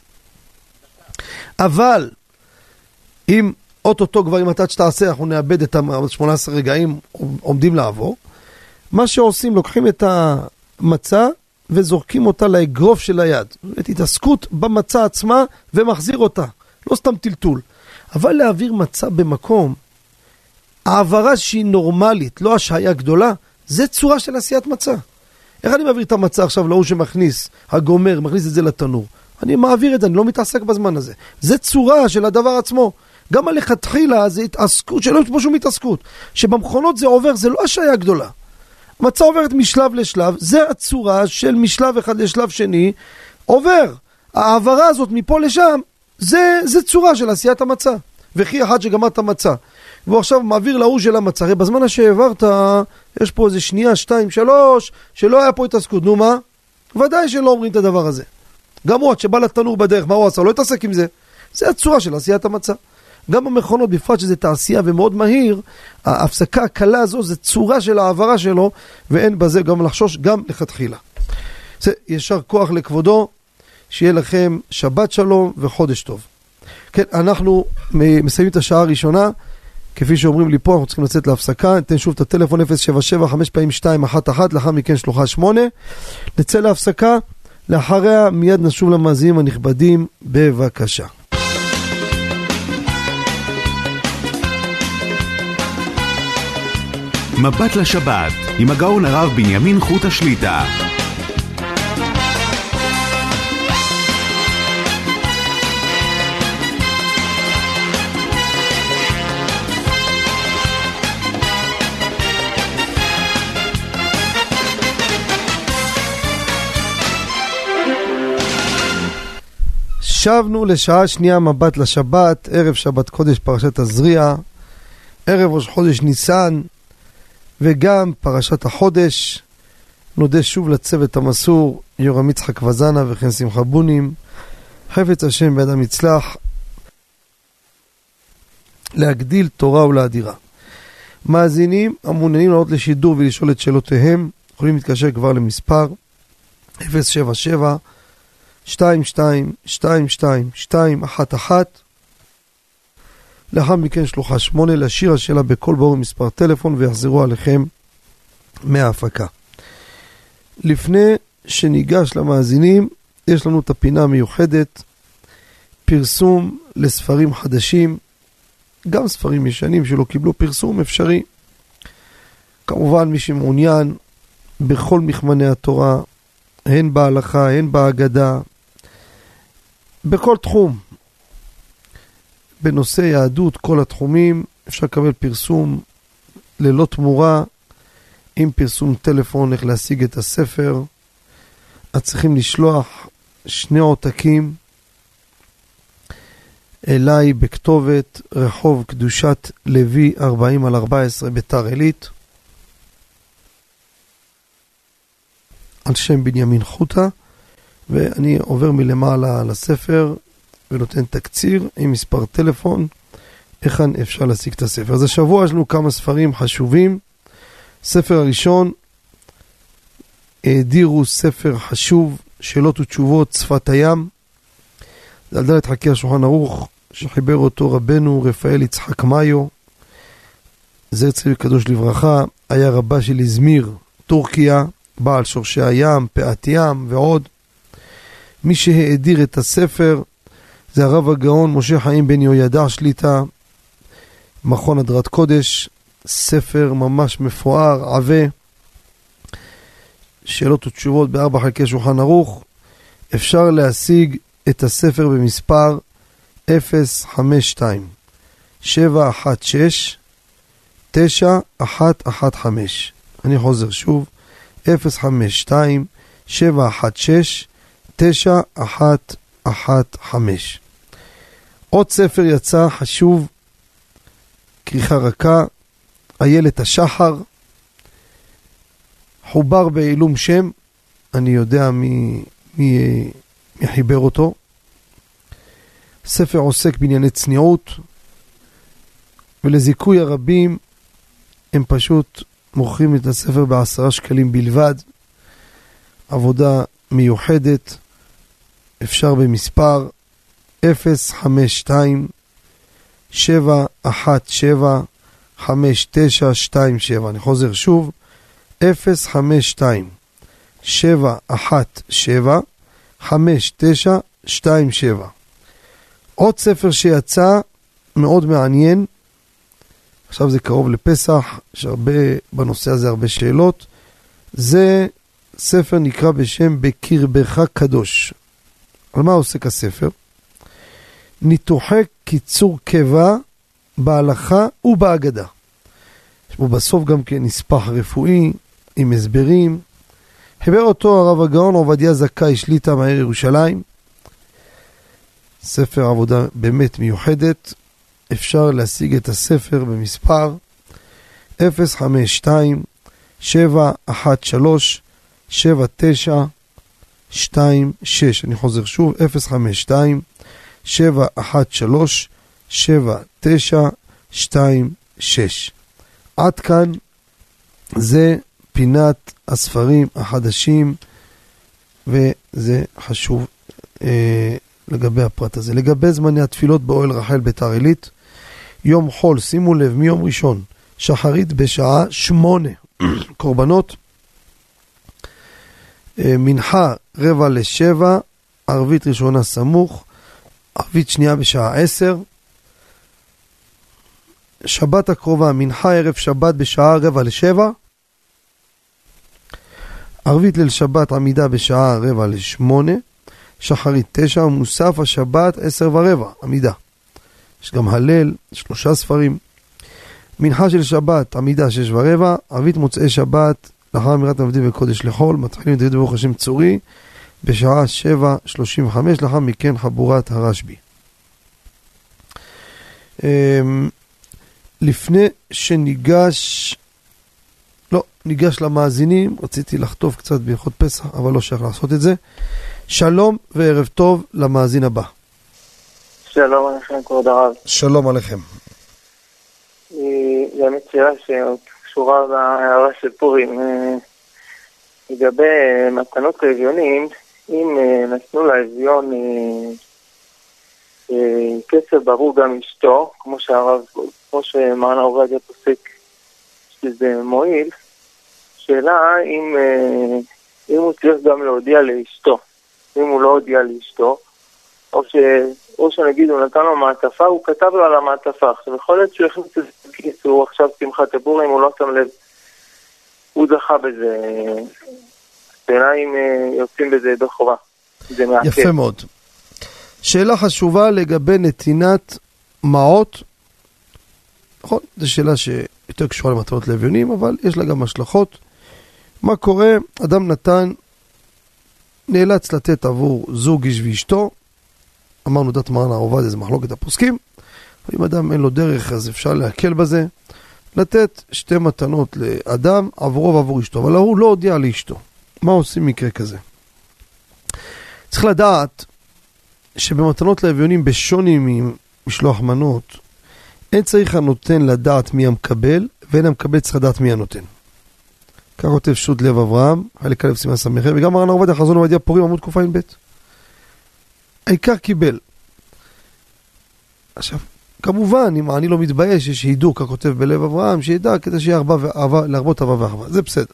אבל, אם אוטוטו כבר אם אתה שתעשה, אנחנו נאבד את ה-שמונה עשרה רגעים עומדים לעבור, מה שעושים, לוקחים את המצה וזורקים אותה לאגרוף של היד. את התעסקות במצה עצמה ומחזיר אותה. לא סתם טלטול. אבל להעביר מצה במקום, העברה שהיא נורמלית, לא השהיה גדולה, זה צורה של עשיית מצה. איך אני מעביר את המצה עכשיו להוא שמכניס, הגומר, מכניס את זה לתנור? אני מעביר את זה, אני לא מתעסק בזמן הזה. זה צורה של הדבר עצמו. גם הלכתחילה זה התעסקות, שלא יש פה שום התעסקות. שבמכונות זה עובר, זה לא השהיה גדולה. המצה עוברת משלב לשלב, זה הצורה של משלב אחד לשלב שני, עובר. העברה הזאת מפה לשם, זה, זה צורה של עשיית המצה. וכי אחד שגמר את המצה, והוא עכשיו מעביר להוא של המצה, הרי בזמן שהעברת, יש פה איזה שנייה, שתיים, שלוש, שלא היה פה התעסקות, נו מה? ודאי שלא אומרים את הדבר הזה. גם הוא, שבא לתנור בדרך, מה הוא עשה? לא יתעסק עם זה. זה הצורה של עשיית המצה. גם במכונות, בפרט שזה תעשייה ומאוד מהיר, ההפסקה הקלה הזו זה צורה של העברה שלו, ואין בזה גם לחשוש, גם לכתחילה. זה ישר כוח לכבודו, שיהיה לכם שבת שלום וחודש טוב. כן, אנחנו מסיימים את השעה הראשונה, כפי שאומרים לי פה, אנחנו צריכים לצאת להפסקה, ניתן שוב את הטלפון אפס שבע שבע חמש פעמים שתיים אחת אחת, לאחר מכן שלוחה שמונה, נצא להפסקה, לאחריה מיד נשוב למאזינים הנכבדים, בבקשה. מבט לשבת, עם הגאון הרב בנימין חוטה שליטה. שבנו לשעה שנייה מבט לשבת, ערב שבת קודש פרשת תזריע, ערב ראש חודש ניסן, וגם פרשת החודש. נודה שוב לצוות המסור, יורם יצחק וזנה וכן שמחה בונים, חפץ השם בידם יצלח, להגדיל תורה ולאדירה. מאזינים המעוניינים לעלות לשידור ולשאול את שאלותיהם, יכולים להתקשר כבר למספר אפס שבע שבע שתיים שתיים שתיים שתיים שתיים אחת אחת, לאחר מכן שלוחה שמונה, לשיר השאלה בכל ברור מספר טלפון ויחזרו עליכם מההפקה. לפני שניגש למאזינים, יש לנו את הפינה המיוחדת, פרסום לספרים חדשים, גם ספרים ישנים שלא קיבלו פרסום אפשרי. כמובן מי שמעוניין בכל מכמני התורה, הן בהלכה, הן בהגדה, בכל תחום, בנושא יהדות, כל התחומים, אפשר לקבל פרסום ללא תמורה, עם פרסום טלפון, איך להשיג את הספר. אז צריכים לשלוח שני עותקים אליי בכתובת רחוב קדושת לוי ארבעים על ארבע עשרה ביתר עילית, על שם בנימין חוטה, ואני עובר מלמעלה לספר ונותן תקציר עם מספר טלפון, היכן אפשר להשיג את הספר. אז השבוע יש לנו כמה ספרים חשובים. ספר הראשון, העדירו ספר חשוב, שאלות ותשובות, שפת הים. זה על דלת חכי השולחן ערוך, שחיבר אותו רבנו רפאל יצחק מאיו, זכר צדיק וקדוש לברכה, היה רבה של איזמיר, טורקיה, בעל שורשי הים, פאת ים ועוד. מי שהעדיר את הספר זה הרב הגאון משה חיים בן יהוידע שליטה, מכון הדרת קודש, ספר ממש מפואר, עבה, שאלות ותשובות בארבע חלקי שולחן ערוך. אפשר להשיג את הספר במספר אפס חמש שתיים שבע אחת שש תשע אחת אחת חמש. אני חוזר שוב, אפס חמש שתיים שבע אחת שש תשע אחת אחת חמש. עוד ספר יצא חשוב, כריכה רכה, איילת השחר, חובר בעילום שם, אני יודע מי, מי, מי חיבר אותו. ספר עוסק בענייני צניעות, ולזיכוי הרבים הם פשוט מוכרים את הספר בעשרה שקלים בלבד. עבודה מיוחדת, אפשר במספר אפס חמש שתיים שבע אחת שבע חמש תשע שתיים שבע. אני חוזר שוב, אפס חמש שתיים שבע אחת שבע חמש תשע שתיים שבע. עוד ספר שיצא מאוד מעניין, עכשיו זה קרוב לפסח, יש הרבה בנושא הזה הרבה שאלות. זה ספר נקרא בשם בקרבך קדוש. על מה עוסק הספר? ניתוחי קיצור קיבה בהלכה ובהגדה. יש בו בסוף גם כן נספח רפואי עם הסברים. חיבר אותו הרב הגאון עובדיה זכאי שליטה מהעיר ירושלים. ספר עבודה באמת מיוחדת. אפשר להשיג את הספר במספר אפס חמש שתיים שבע אחת שלוש שבע תשע שתיים שש. אני חוזר שוב, אפס חמש שתיים שבע אחת שלוש שבע תשע שתיים שש. עד כאן זה פינת הספרים החדשים, וזה חשוב אה, לגבי הפרט הזה. לגבי זמני התפילות באוהל רחל ביתר עילית, יום חול, שימו לב, מיום ראשון, שחרית בשעה שמונה, קורבנות, אה, מנחה רבע לשבע, ערבית ראשונה סמוך, ערבית שנייה בשעה עשר, שבת הקרובה, מנחה ערב שבת בשעה רבע לשבע, ערבית ליל שבת עמידה בשעה רבע לשמונה, שחרית תשע, ומוסף השבת עשר ורבע, עמידה. יש גם הלל, שלושה ספרים. מנחה של שבת, עמידה שש ורבע, ערבית מוצאי שבת, לאחר אמירת עבדים וקודש לחול, מתחילים את ברוך השם צורי, בשעה שבע שלושים וחמש, לאחר מכן חבורת הרשב"י. לפני שניגש, לא, ניגש למאזינים, רציתי לחטוף קצת בהלכות פסח, אבל לא שייך לעשות את זה. שלום וערב טוב למאזין הבא. שלום עליכם כבוד הרב. שלום עליכם. זו מצויה שקשורה בהערה של פורים. לגבי מתנות לאביונים, אם נתנו לאביון כסף ברור גם אשתו, כמו שהרב, כמו שמען עובדיה פוסק שזה מועיל, שאלה אם, אם הוא צריך גם להודיע לאשתו, אם הוא לא הודיע לאשתו, או, ש, או שנגיד הוא נתן לו מעטפה, הוא כתב לו על המעטפה. עכשיו יכול להיות שהוא הכניס את זה כיס, הוא עכשיו שמחת הפורים, הוא לא שם לב, הוא זכה בזה. שאלה אם יוצאים בזה ידי חובה. זה מעכב. יפה מאוד. שאלה חשובה לגבי נתינת מעות. נכון, זו שאלה שיותר קשורה למתנות לאביונים, אבל יש לה גם השלכות. מה קורה? אדם נתן, נאלץ לתת עבור זוג איש ואשתו. אמרנו דת מרן עובדיה, זה מחלוקת הפוסקים. אם אדם אין לו דרך, אז אפשר להקל בזה. לתת שתי מתנות לאדם עבורו ועבור אשתו, אבל הוא לא הודיע לאשתו. מה עושים מקרה כזה? צריך לדעת שבמתנות לאביונים בשוני ממשלוח מנות, אין צריך הנותן לדעת מי המקבל, ואין המקבל צריך לדעת מי הנותן. כך כותב שו"ת לב אברהם, חלק א' סימן סמ"ח, וגם מרן עובדיה חזון עובדיה פורים עמוד קע"ב. העיקר קיבל. עכשיו, כמובן, אם אני לא מתבייש, יש הידוק, כך כותב בלב אברהם, שידע כדי שיהיה להרבות אהבה ואחווה. זה בסדר.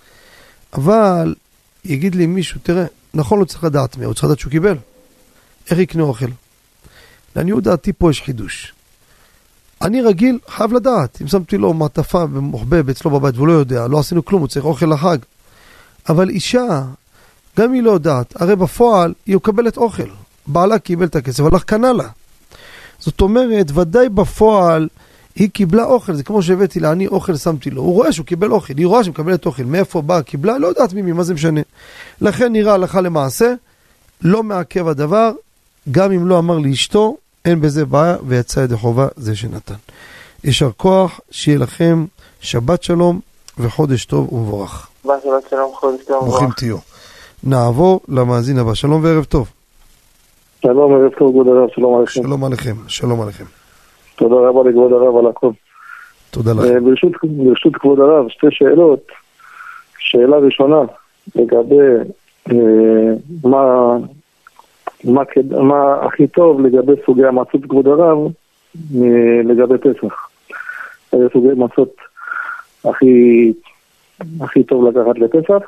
אבל יגיד לי מישהו, תראה, נכון לא צריך לדעת מי, הוא צריך לדעת שהוא קיבל. איך יקנה אוכל? לעניות דעתי פה יש חידוש. אני רגיל, חייב לדעת. אם שמתי לו מעטפה ומוחבב אצלו בבית והוא לא יודע, לא עשינו כלום, הוא צריך אוכל לחג. אבל אישה, גם היא לא יודעת, הרי בפועל היא מקבלת אוכל. בעלה קיבל את הכסף, הלך קנה לה. זאת אומרת, ודאי בפועל היא קיבלה אוכל, זה כמו שהבאתי לה, אני אוכל שמתי לו. הוא רואה שהוא קיבל אוכל, היא רואה שהוא מקבלת אוכל. מאיפה באה, קיבלה, לא יודעת ממי, מה זה משנה. לכן נראה הלכה למעשה, לא מעכב הדבר, גם אם לא אמר לאשתו, אין בזה בעיה, ויצא ידי חובה זה שנתן. ישר כוח, שיהיה לכם שבת שלום וחודש טוב ומבורך. שבת שלום, חודש טוב ומבורך. ברוכים תהיו. נעבור למאזין הבא. שלום וערב טוב. שלום, ערב טוב, כבוד הרב, שלום עליכם. שלום עליכם, שלום עליכם. תודה רבה לכבוד הרב על הכל. תודה לכם. ברשות, ברשות כבוד הרב, שתי שאלות. שאלה ראשונה, לגבי אה, מה, מה, מה הכי טוב לגבי סוגי המצות כבוד הרב לגבי פסח. איזה סוגי מצות הכי, הכי טוב לקחת לפסח.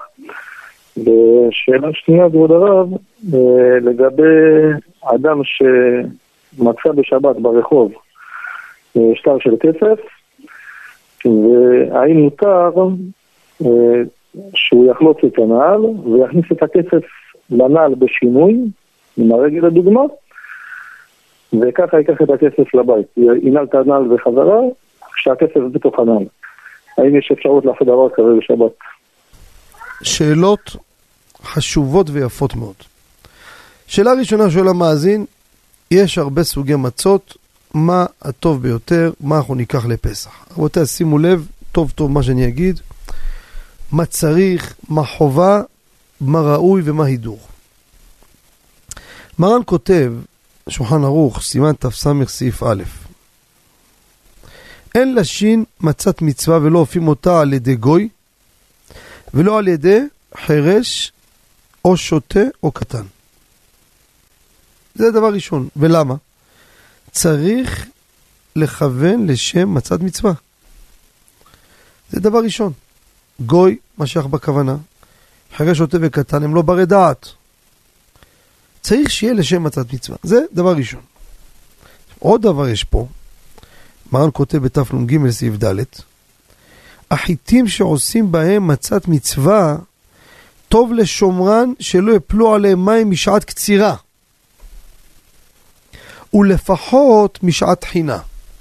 ושאלה שנייה כבוד הרב, אה, לגבי אדם שמצא בשבת ברחוב שטר של כסף, והאם מותר אה, שהוא יחלוץ את הנעל ויכניס את הכסף לנעל בשינוי, עם הרגל לדוגמה, וככה ייקח את הכסף לבית, ינעל את הנעל בחזרה, כשהכסף בתוך הנעל. האם יש אפשרות לעשות דבר כזה בשבת? שאלות חשובות ויפות מאוד. שאלה ראשונה שואל המאזין, יש הרבה סוגי מצות, מה הטוב ביותר, מה אנחנו ניקח לפסח. רבותיי, שימו לב, טוב טוב מה שאני אגיד, מה צריך, מה חובה, מה ראוי ומה הידור. מרן כותב, שולחן ערוך, סימן תפסמך סעיף א', אין לשין מצת מצווה ולא אופים אותה על ידי גוי, ולא על ידי חרש או שוטה או קטן. זה דבר ראשון. ולמה? צריך לכוון לשם מצת מצווה. זה דבר ראשון. גוי משך בכוונה, חרש שוטה וקטן הם לא ברי דעת. צריך שיהיה לשם מצת מצווה. זה דבר ראשון. עוד דבר יש פה, מרן כותב בתפלום ג' סעיף ד', החיטים שעושים בהם מצת מצווה, טוב לשומרן שלא יפלו עליהם מים משעת קצירה, ולפחות משעת חינה.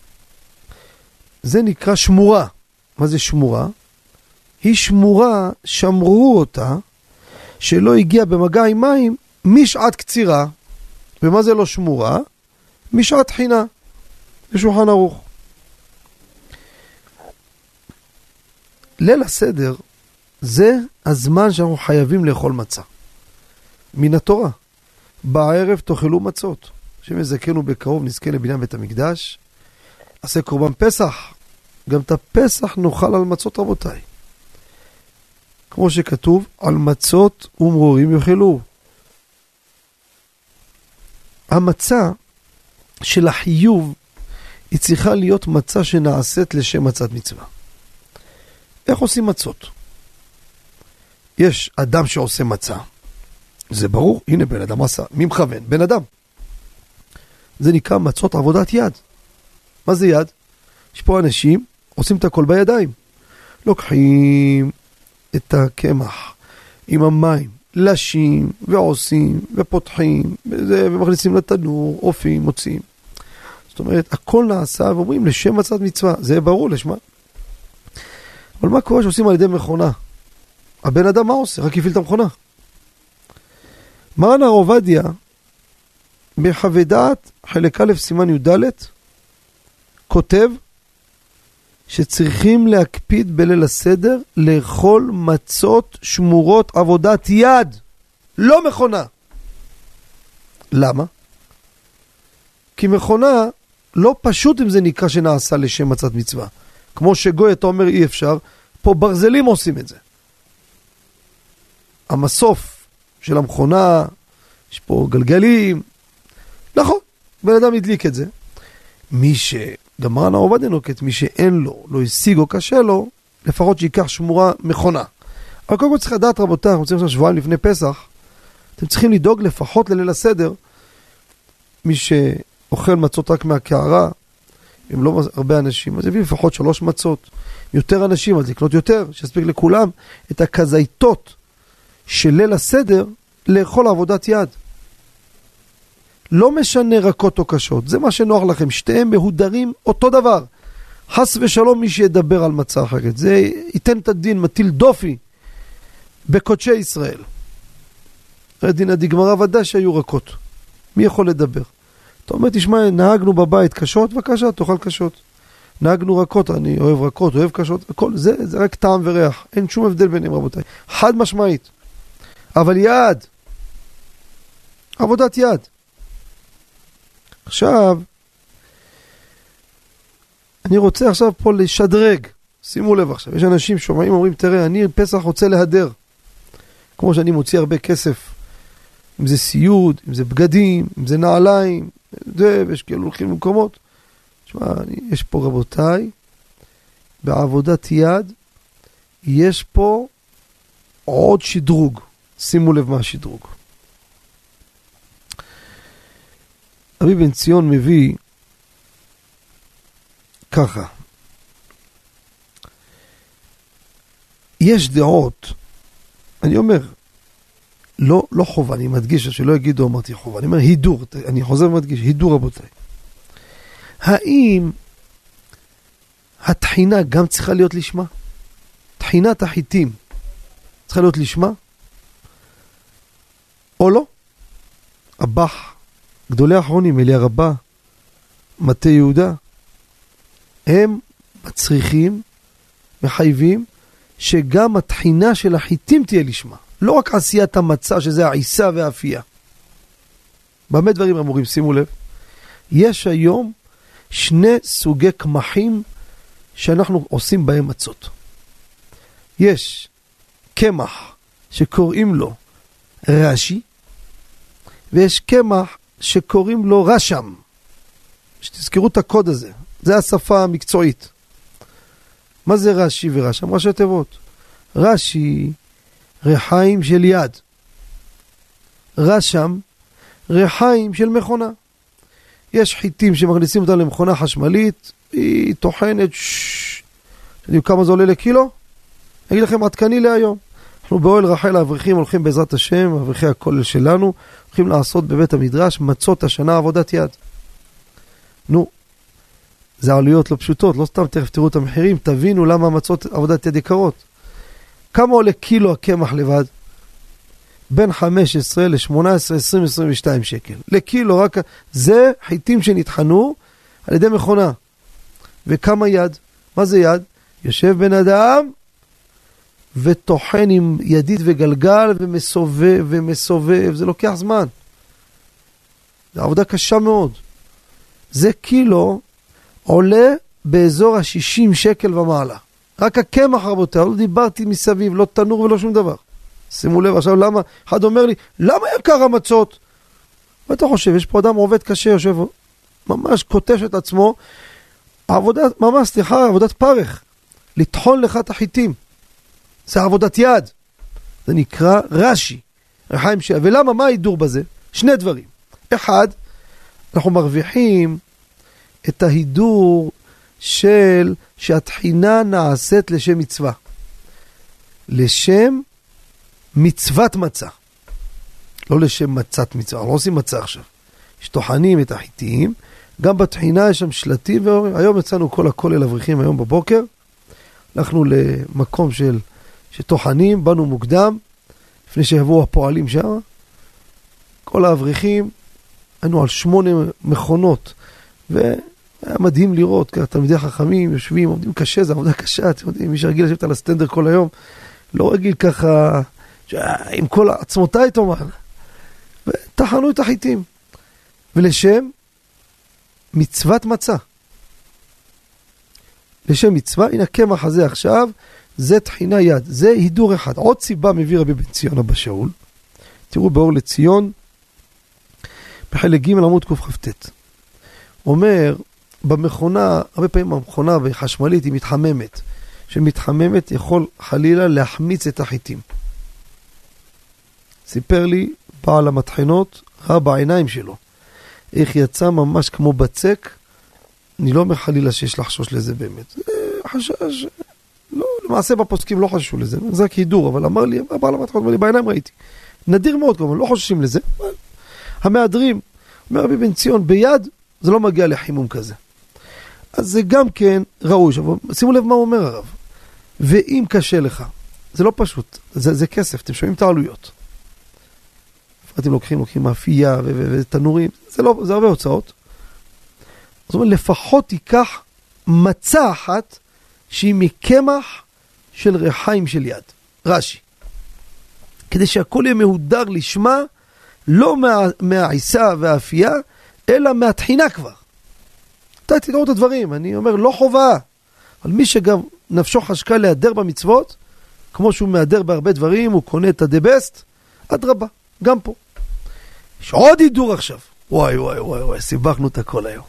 זה נקרא שמורה. מה זה שמורה? היא שמורה, שמרו אותה, שלא הגיע במגע עם מים משעת קצירה. ומה זה לא שמורה? משעת חינה. בשולחן ערוך. ליל הסדר זה הזמן שאנחנו חייבים לאכול מצה. מן התורה. בערב תאכלו מצות. שמזכרנו בקרוב נזכה לבניין בית המקדש. עשה קורבן פסח. גם את הפסח נאכל על מצות רבותיי. כמו שכתוב, על מצות ומרורים יאכלו. המצה של החיוב היא צריכה להיות מצה שנעשית לשם מצת מצווה. איך עושים מצות? יש אדם שעושה מצה. זה ברור, הנה בן אדם עשה. מי מכוון? בן אדם. זה נקרא מצות עבודת יד. מה זה יד? יש פה אנשים עושים את הכל בידיים. לוקחים את הקמח עם המים, לשים ועושים ופותחים וזה, ומכניסים לתנור, אופים, מוצאים. זאת אומרת, הכל נעשה ואומרים לשם מצת מצווה. זה ברור לשמה. אבל מה קורה שעושים על ידי מכונה? הבן אדם מה עושה? רק יפעיל את המכונה. מרן הר עובדיה בחוות דעת חלק א' סימן י"ד כותב שצריכים להקפיד בליל הסדר לאכול מצות שמורות עבודת יד, לא מכונה. למה? כי מכונה לא פשוט אם זה נקרא שנעשה לשם מצת מצווה. כמו שגוי אתה אומר אי אפשר, פה ברזלים עושים את זה. המסוף של המכונה, יש פה גלגלים, נכון, בן אדם הדליק את זה. מי ש... גם מרן הר עובדיה נוקט, מי שאין לו, לא השיג או קשה לו, לפחות שיקח שמורה מכונה. אבל קודם כל צריך לדעת רבותיי, אנחנו צריכים שבועיים לפני פסח, אתם צריכים לדאוג לפחות לליל הסדר, מי שאוכל מצות רק מהקערה, אם לא הרבה אנשים, אז יביא לפחות שלוש מצות, יותר אנשים, אז לקנות יותר, שיספיק לכולם את הכזיתות של ליל הסדר, לאכול עבודת יד. לא משנה רכות או קשות, זה מה שנוח לכם, שתיהם מהודרים אותו דבר. חס ושלום מי שידבר על מצה אחרת, זה ייתן את הדין, מטיל דופי בקודשי ישראל. דין הדגמרא ודאי שהיו רכות. מי יכול לדבר? אתה אומר, תשמע, נהגנו בבית קשות, בבקשה, תאכל קשות. נהגנו רכות, אני אוהב רכות, אוהב קשות, הכל, זה, זה רק טעם וריח. אין שום הבדל ביניהם רבותיי. חד משמעית. אבל יד. עבודת יד. עכשיו, אני רוצה עכשיו פה לשדרג. שימו לב עכשיו, יש אנשים שומעים, אומרים, תראה, אני פסח רוצה להדר. כמו שאני מוציא הרבה כסף, אם זה סיוד, אם זה בגדים, אם זה נעליים, זה, ויש כאילו הולכים למקומות. תשמע, יש פה רבותיי, בעבודת יד, יש פה עוד שדרוג. שימו לב מה השדרוג. רבי בן ציון מביא ככה. יש דעות, אני אומר, לא, לא חובה, אני מדגיש, שלא יגידו, אמרתי חובה, אני אומר הידור, אני חוזר ומדגיש, הידור רבותיי. האם התחינה גם צריכה להיות לשמה? תחינת החיטים צריכה להיות לשמה? או לא? הבח, גדולי האחרונים, אליה רבה, מטה יהודה, הם מצריכים, מחייבים, שגם התחינה של החיטים תהיה לשמה. לא רק עשיית המצה, שזה העיסה והאפייה. במה דברים אמורים? שימו לב. יש היום שני סוגי קמחים שאנחנו עושים בהם מצות. יש קמח שקוראים לו רש"י, ויש קמח שקוראים לו רשם. שתזכרו את הקוד הזה. זה השפה המקצועית. מה זה רש"י ורשם? ראשי תיבות. רש"י, ריחיים של יד. רשם, ריחיים של מכונה. יש חיטים שמכניסים אותם למכונה חשמלית, היא טוחנת, ששש. יודעים כמה זה עולה לקילו? אגיד לכם עדכני להיום. אנחנו באוהל רחל האברכים הולכים בעזרת השם, אברכי הכולל שלנו, הולכים לעשות בבית המדרש מצות השנה עבודת יד. נו, זה עלויות לא פשוטות, לא סתם תכף תראו את המחירים, תבינו למה מצות עבודת יד יקרות. כמה עולה קילו הקמח לבד? בין חמש עשרה ל-שמונה עשרה, עשרים, עשרים ושתיים שקל. לקילו רק, זה חיטים שנטחנו על ידי מכונה. וכמה יד? מה זה יד? יושב בן אדם וטוחן עם ידית וגלגל ומסובב ומסובב, זה לוקח זמן. זה עבודה קשה מאוד. זה קילו עולה באזור ה-שישים שקל ומעלה. רק הקמח רבותיי, לא דיברתי מסביב, לא תנור ולא שום דבר. שימו לב, עכשיו למה, אחד אומר לי, למה יקר המצות? ואתה חושב, יש פה אדם עובד קשה, יושב, ממש קוטש את עצמו, עבודת, ממש, סליחה, עבודת פרך, לטחון לך את החיטים. זה עבודת יד. זה נקרא רש"י. רחיים ש... ולמה, מה הידור בזה? שני דברים. אחד, אנחנו מרוויחים את ההידור של שהתחינה נעשית לשם מצווה. לשם מצוות מצה. לא לשם מצת מצווה. אנחנו לא עושים מצה עכשיו. שטוחנים את החיטים. גם בתחינה יש שם שלטים ואומרים. היום יצאנו כל הכולל אברכים היום בבוקר. הלכנו למקום של שטוחנים, באנו מוקדם. לפני שיבואו הפועלים שם. כל האברכים. היינו על שמונה מכונות. והיה מדהים לראות. כי התלמידי החכמים יושבים, עובדים קשה, זה עבודה קשה. אתם יודעים, מי שרגיל לשבת על הסטנדר כל היום. לא רגיל ככה, עם כל עצמותיי תאמר. ותחנו את החיטים. ולשם מצוות מצה. לשם מצווה, הנה הקמח הזה עכשיו, זה תחינה יד. זה הידור אחד. עוד סיבה מביא רבי בן ציון אבא שאול. תראו באור לציון, בחלק ג' עמוד קכ"ט. אומר, במכונה, הרבה פעמים המכונה בחשמלית היא מתחממת. שמתחממת יכול חלילה להחמיץ את החיטים. סיפר לי בעל המטחנות, ראה בעיניים שלו, איך יצא ממש כמו בצק, אני לא אומר חלילה שיש לחשוש לזה באמת. זה חשש, לא, למעשה בפוסקים לא חששו לזה, זה רק הידור, אבל אמר לי, בעל המטחנות, אמר לי, בעיניים ראיתי. נדיר מאוד כמובן, לא חוששים לזה, אבל המאדרים, אומר רבי בן ציון, ביד זה לא מגיע לחימום כזה. אז זה גם כן ראוי. שימו לב מה הוא אומר הרב. ואם קשה לך, זה לא פשוט, זה, זה כסף, אתם שומעים את העלויות. אתם לוקחים, לוקחים מאפייה ותנורים, זה, לא, זה הרבה הוצאות. זאת אומרת, לפחות תיקח מצה אחת שהיא מקמח של ריחיים של יד. רש"י. כדי שהכל יהיה מהודר לשמה, לא מה, מהעיסה והאפייה, אלא מהתחינה כבר. אתה תראו את הדברים, אני אומר, לא חובה. אבל מי שגם נפשו חשקה להיעדר במצוות, כמו שהוא מהיעדר בהרבה דברים, הוא קונה את הדבסט, עד רבה, גם פה. יש עוד הידור עכשיו. וואי, וואי, וואי, וואי, סיבכנו את הכל היום.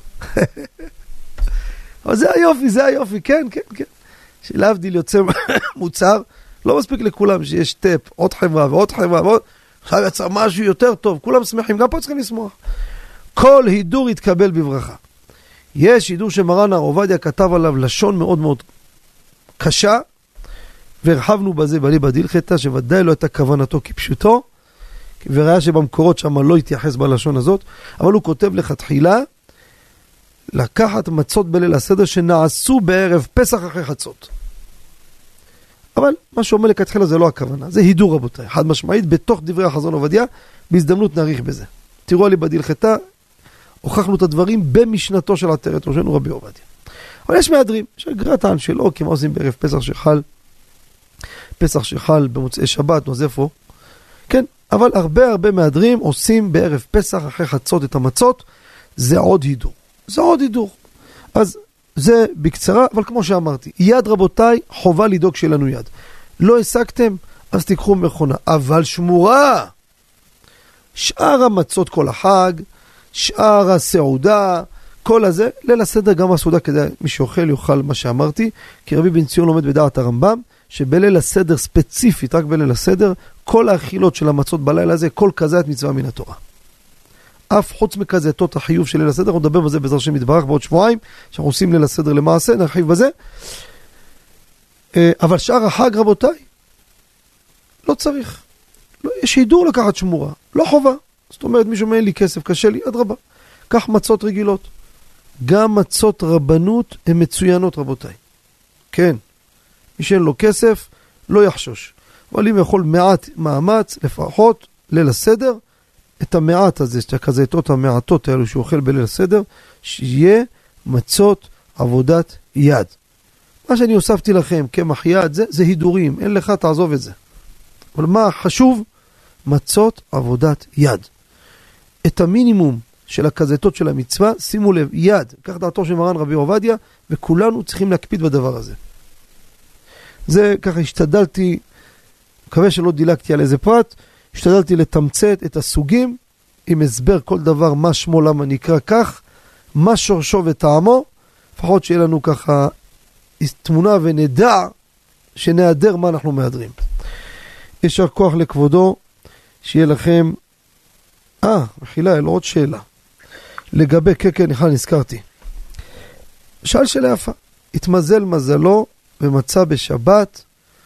אבל זה היופי, זה היופי, כן, כן, כן. שלהבדיל יוצא מוצר, לא מספיק לכולם שיש טפ, עוד חברה ועוד חברה ועוד, עכשיו יצא משהו יותר טוב, כולם שמחים, גם פה צריכים לשמוח. כל הידור יתקבל בברכה. יש הידור שמרן הר עובדיה כתב עליו לשון מאוד מאוד קשה, והרחבנו בזה בליבא דהלכתא, שוודאי לא הייתה כוונתו כפשוטו, וראה שבמקורות שם לא התייחס בלשון הזאת, אבל הוא כותב לכתחילה, לקחת מצות בליל הסדר שנעשו בערב פסח אחרי חצות. אבל מה שאומר לכתחילה זה לא הכוונה, זה הידור רבותיי, חד משמעית, בתוך דברי החזון עובדיה, בהזדמנות נאריך בזה. תראו עלי בדהלכתא, הוכחנו את הדברים במשנתו של עטרת ראשנו רבי עובדיה. אבל יש מהדרים, שגרתן שלו, כי מה עושים בערב פסח שחל, פסח שחל במוצאי שבת, נו אז איפה? כן, אבל הרבה הרבה מהדרים עושים בערב פסח אחרי חצות את המצות, זה עוד הידור. זה עוד הידור. אז זה בקצרה, אבל כמו שאמרתי, יד רבותיי, חובה לדאוג שיהיה לנו יד. לא השגתם, אז תיקחו מכונה. אבל שמורה, שאר המצות כל החג, שאר הסעודה, כל הזה, ליל הסדר גם הסעודה, כדי מי שאוכל יאכל מה שאמרתי, כי רבי בן ציון לומד בדעת הרמב"ם, שבליל הסדר ספציפית, רק בליל הסדר, כל האכילות של המצות בלילה הזה, כל כזית מצווה מן התורה. אף חוץ מכזיתות החיוב של ליל הסדר, אנחנו נדבר בזה בעזרת השם יתברך בעוד שבועיים, שאנחנו עושים ליל הסדר למעשה, נרחיב בזה. אבל שאר החג רבותיי, לא צריך. לא, יש הידור לקחת שמורה, לא חובה. זאת אומרת, מישהו אומר לי כסף, קשה לי, עד רבה. קח מצות רגילות. גם מצות רבנות הן מצוינות רבותיי. כן. מי שאין לו כסף, לא יחשוש. אבל אם יכול מעט מאמץ, לפחות ליל הסדר, את המעט הזה, את הכזיתות המעטות האלו שהוא אוכל בליל הסדר, שיהיה מצות עבודת יד. מה שאני הוספתי לכם כמח יד, זה, זה הידורים, אין לך, תעזוב את זה. אבל מה חשוב? מצות עבודת יד. את המינימום של הכזיתות של המצווה, שימו לב, יד, כך דעתו של מרן רבי עובדיה, וכולנו צריכים להקפיד בדבר הזה. זה ככה השתדלתי, מקווה שלא דילגתי על איזה פרט, השתדלתי לתמצת את הסוגים, עם הסבר כל דבר מה שמו למה נקרא כך, מה שורשו וטעמו, לפחות שיהיה לנו ככה תמונה ונדע שנעדר מה אנחנו מעדרים. ישר כוח לכבודו, שיהיה לכם, אה, מחילה, אלו עוד שאלה. לגבי קקן, נכלל נזכרתי. שאל שאלה יפה, התמזל מזלו ומצא בשבת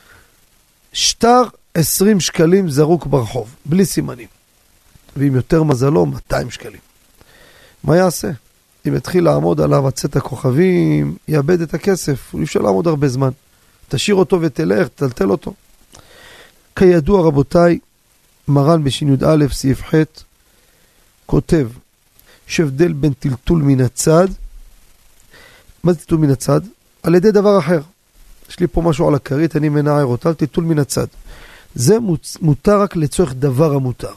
שטר עשרים שקלים זרוק ברחוב, בלי סימנים. ואם יותר מזלו, מאתיים שקלים. מה יעשה? אם יתחיל לעמוד עליו עצת הכוכבים, יאבד את הכסף, הוא אפשר לעמוד הרבה זמן. תשאיר אותו ותלך, תלתל אותו. כידוע רבותיי, מרן בשין י' א' סעיף ח' כותב שהבדל בין טלטול מן הצד, מה זה טלטול מן הצד? על ידי דבר אחר. יש לי פה משהו על הכרית, אני מנער אותה, טלטול מן הצד. זה מותר רק לצורך דבר המותר.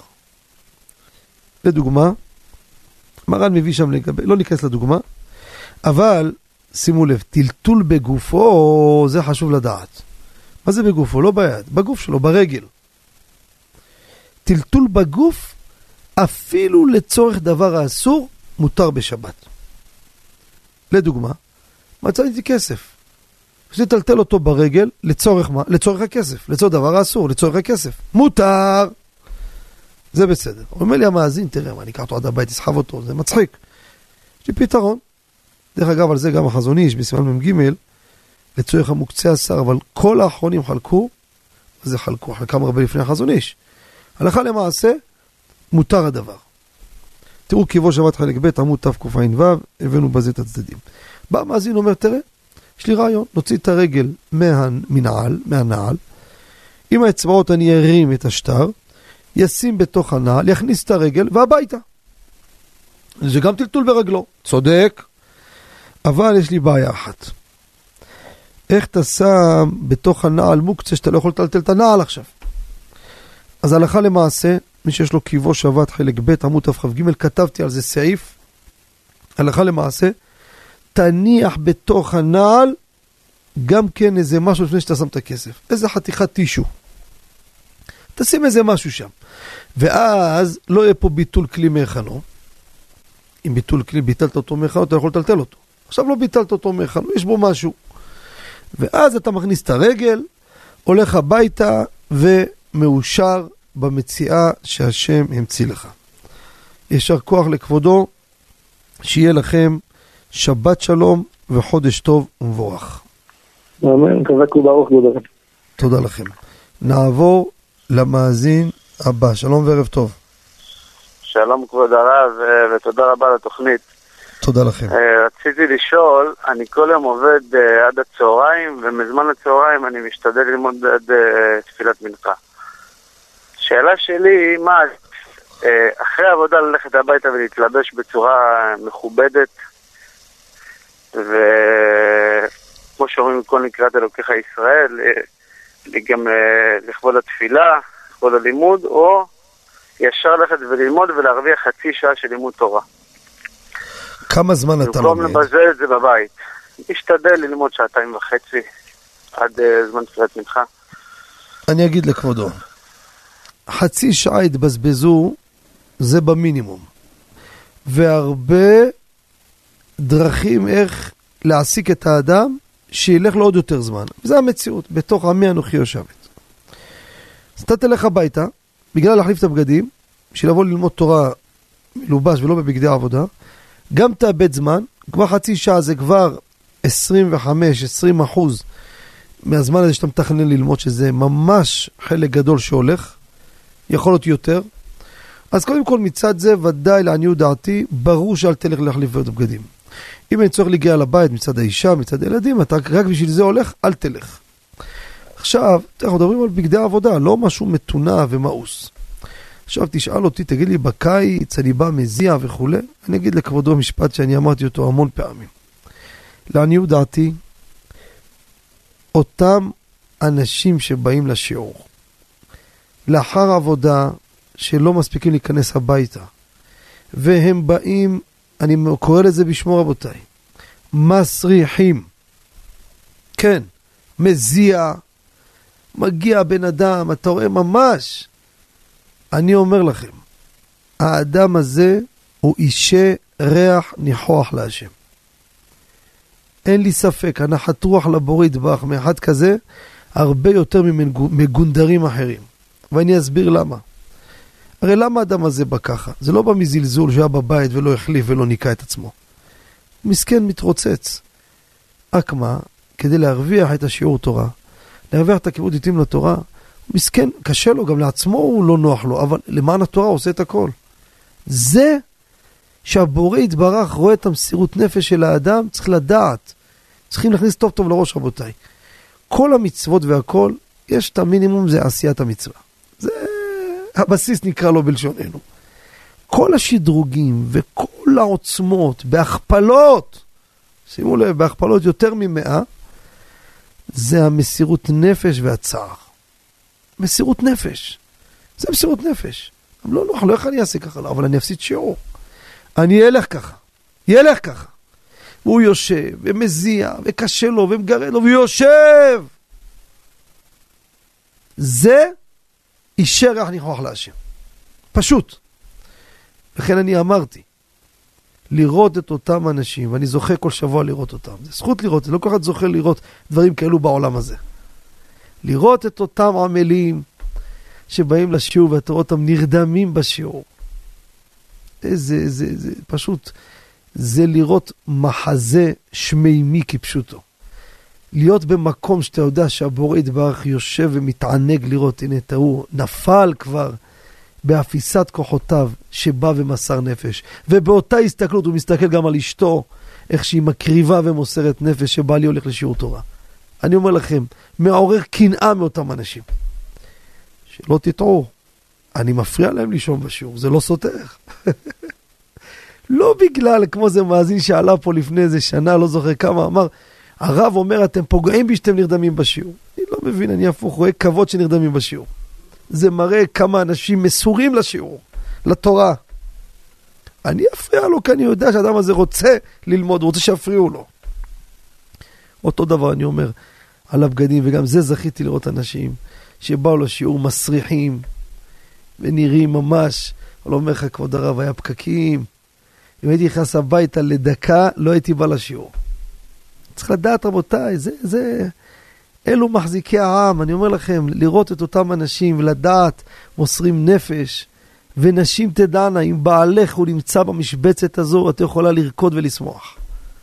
לדוגמה, מרן מביא שם לגבי, לא ניכנס לדוגמה, אבל שימו לב, טלטול בגופו, זה חשוב לדעת. מה זה בגופו? לא ביד, בגוף שלו, ברגל. טלטול בגוף, אפילו לצורך דבר האסור, מותר בשבת. לדוגמה, מצאתי כסף. שתטלטל אותו ברגל, לצורך מה? לצורך הכסף. לצורך דבר האסור, לצורך הכסף. מותר! זה בסדר. הוא אומר לי המאזין, תראה, מה, אני אקח אותו עד הבית, תסחב אותו, זה מצחיק. יש לי פתרון. דרך אגב, על זה גם החזון איש, בסימן מ"ג, לצורך המוקצה עשר, אבל כל האחרונים חלקו, וזה חלקו, חלקם הרבה לפני החזון איש. הלכה למעשה, מותר הדבר. תראו קיבו שבת חלק ב' עמוד תקע"ו, הבאנו בזה את הצדדים. בא המאזין אומר, תראה, יש לי רעיון, נוציא את הרגל מהנעל, מהנעל, עם האצבעות אני ארים את השטר, ישים בתוך הנעל, יכניס את הרגל והביתה. זה גם טלטול ברגלו, צודק, אבל יש לי בעיה אחת. איך אתה שם בתוך הנעל מוקצה שאתה לא יכול לטלטל את הנעל עכשיו? אז הלכה למעשה, מי שיש לו קיבו שבת חלק ב' עמוד תקע"ג, כתבתי על זה סעיף, הלכה למעשה, תניח בתוך הנעל גם כן איזה משהו לפני שאתה שם את הכסף. איזה חתיכת טישו. תשים איזה משהו שם. ואז לא יהיה פה ביטול כלי מהיכנו. אם ביטול כלי ביטלת אותו מהיכנו, אתה יכול לטלטל אותו. עכשיו לא ביטלת אותו מהיכנו, יש בו משהו. ואז אתה מכניס את הרגל, הולך הביתה ומאושר במציאה שהשם המציא לך. ישר כוח לכבודו, שיהיה לכם שבת שלום וחודש טוב ומבורך. אמן, חזק וברוך גדול. תודה לכם. נעבור למאזין הבא. שלום וערב טוב. שלום כבוד הרב, ותודה רבה על התוכנית. תודה לכם. רציתי לשאול, אני כל יום עובד עד הצהריים, ומזמן הצהריים אני משתדל ללמוד עד תפילת מנחה. שאלה שלי, מה, אחרי העבודה ללכת הביתה ולהתלבש בצורה מכובדת, וכמו שאומרים כל נקראת אלוקיך ישראל, גם לכבוד התפילה, כל הלימוד, או ישר ללכת וללמוד ולהרוויח חצי שעה של לימוד תורה. כמה זמן אתה במקום לומד? לבזל את זה בבית. משתדל ללמוד שעתיים וחצי עד uh, זמן תפילת מנחה. אני אגיד לכבודו, חצי שעה התבזבזו, זה במינימום. והרבה דרכים איך להעסיק את האדם שילך לו עוד יותר זמן. זה המציאות, בתוך עמי אנוכי יושבת. אז אתה תלך הביתה, בגלל להחליף את הבגדים, בשביל לבוא ללמוד תורה מלובש ולא בבגדי עבודה, גם תאבד זמן, כבר חצי שעה זה כבר עשרים וחמש עשרים אחוז מהזמן הזה שאתה מתכנן ללמוד, שזה ממש חלק גדול שהולך, יכול להיות יותר. אז קודם כל מצד זה, ודאי לעניות דעתי, ברור שאל תלך להחליף את הבגדים. אם אני צריך להגיע לבית מצד האישה, מצד הילדים, אתה רק בשביל זה הולך, אל תלך. עכשיו, אנחנו מדברים על בגדי עבודה, לא משהו מתונה ומאוס. עכשיו תשאל אותי, תגיד לי, בקיץ אני בא מזיע וכו', אני אגיד לכבודו משפט שאני אמרתי אותו המון פעמים. לעניות דעתי, אותם אנשים שבאים לשיעור, לאחר עבודה שלא מספיקים להיכנס הביתה, והם באים, אני קורא לזה בשמו רבותיי, מסריחים, כן, מזיע, מגיע בן אדם, אתה רואה ממש, אני אומר לכם, האדם הזה הוא אישה ריח ניחוח להשם. אין לי ספק, הנחת רוח לבורא יתברך מאחד כזה, הרבה יותר ממגונדרים אחרים. ואני אסביר למה. הרי למה האדם הזה בא ככה? זה לא בא מזלזול שהיה בבית ולא החליף ולא ניקה את עצמו. מסכן מתרוצץ. רק מה? כדי להרוויח את השיעור תורה, להרוויח את הכיבוד עיתים לתורה, מסכן, קשה לו, גם לעצמו הוא לא נוח לו, אבל למען התורה הוא עושה את הכל. זה שהבורא יתברך רואה את המסירות נפש של האדם, צריך לדעת. צריכים להכניס טוב טוב לראש רבותיי. כל המצוות והכל, יש את המינימום, זה עשיית המצווה. זה הבסיס נקרא לו בלשוננו. כל השדרוגים וכל העוצמות, בהכפלות, שימו לב, בהכפלות יותר ממאה, זה המסירות נפש והצער. מסירות נפש. זה מסירות נפש. לא נוח, לא איך אני אעשה ככה, אבל אני אפסיד שיעור. אני אלך ככה. ילך ככה. והוא יושב, ומזיע, וקשה לו, ומגרד לו, והוא יושב. זה אישר ריח ניחוח להשם. פשוט. לכן אני אמרתי, לראות את אותם אנשים, ואני זוכה כל שבוע לראות אותם. זה זכות לראות, זה לא כל אחד זוכה לראות דברים כאלו בעולם הזה. לראות את אותם עמלים שבאים לשיעור, ואתה רואה אותם נרדמים בשיעור. איזה, זה, זה, פשוט, זה לראות מחזה שמימי כפשוטו. להיות במקום שאתה יודע שהבורא יתברך יושב ומתענג לראות, הנה הוא נפל כבר באפיסת כוחותיו שבא ומסר נפש. ובאותה הסתכלות הוא מסתכל גם על אשתו, איך שהיא מקריבה ומוסרת נפש שבא לי הולך לשיעור תורה. אני אומר לכם, מעורר קנאה מאותם אנשים. שלא תטעו, אני מפריע להם לישון בשיעור, זה לא סותר. לא בגלל, כמו זה מאזין שעלה פה לפני איזה שנה, לא זוכר כמה, אמר, הרב אומר, אתם פוגעים בי שאתם נרדמים בשיעור. אני לא מבין, אני הפוך, רואה כבוד שנרדמים בשיעור. זה מראה כמה אנשים מסורים לשיעור, לתורה. אני אפריע לו, כי אני יודע שהאדם הזה רוצה ללמוד, הוא רוצה שיפריעו לו. אותו דבר אני אומר, על הבגדים, וגם זה זכיתי לראות אנשים, שבאו לשיעור מסריחים, ונראים ממש, אבל אומר לך, כבוד הרב, היה פקקים. אם הייתי נכנס הביתה לדקה, לא הייתי בא לשיעור. צריך לדעת, רבותיי, זה, זה, אלו מחזיקי העם. אני אומר לכם, לראות את אותם אנשים, ולדעת, מוסרים נפש, ונשים תדענה, אם בעלך הוא נמצא במשבצת הזו, אתה יכולה לרקוד ולשמוח.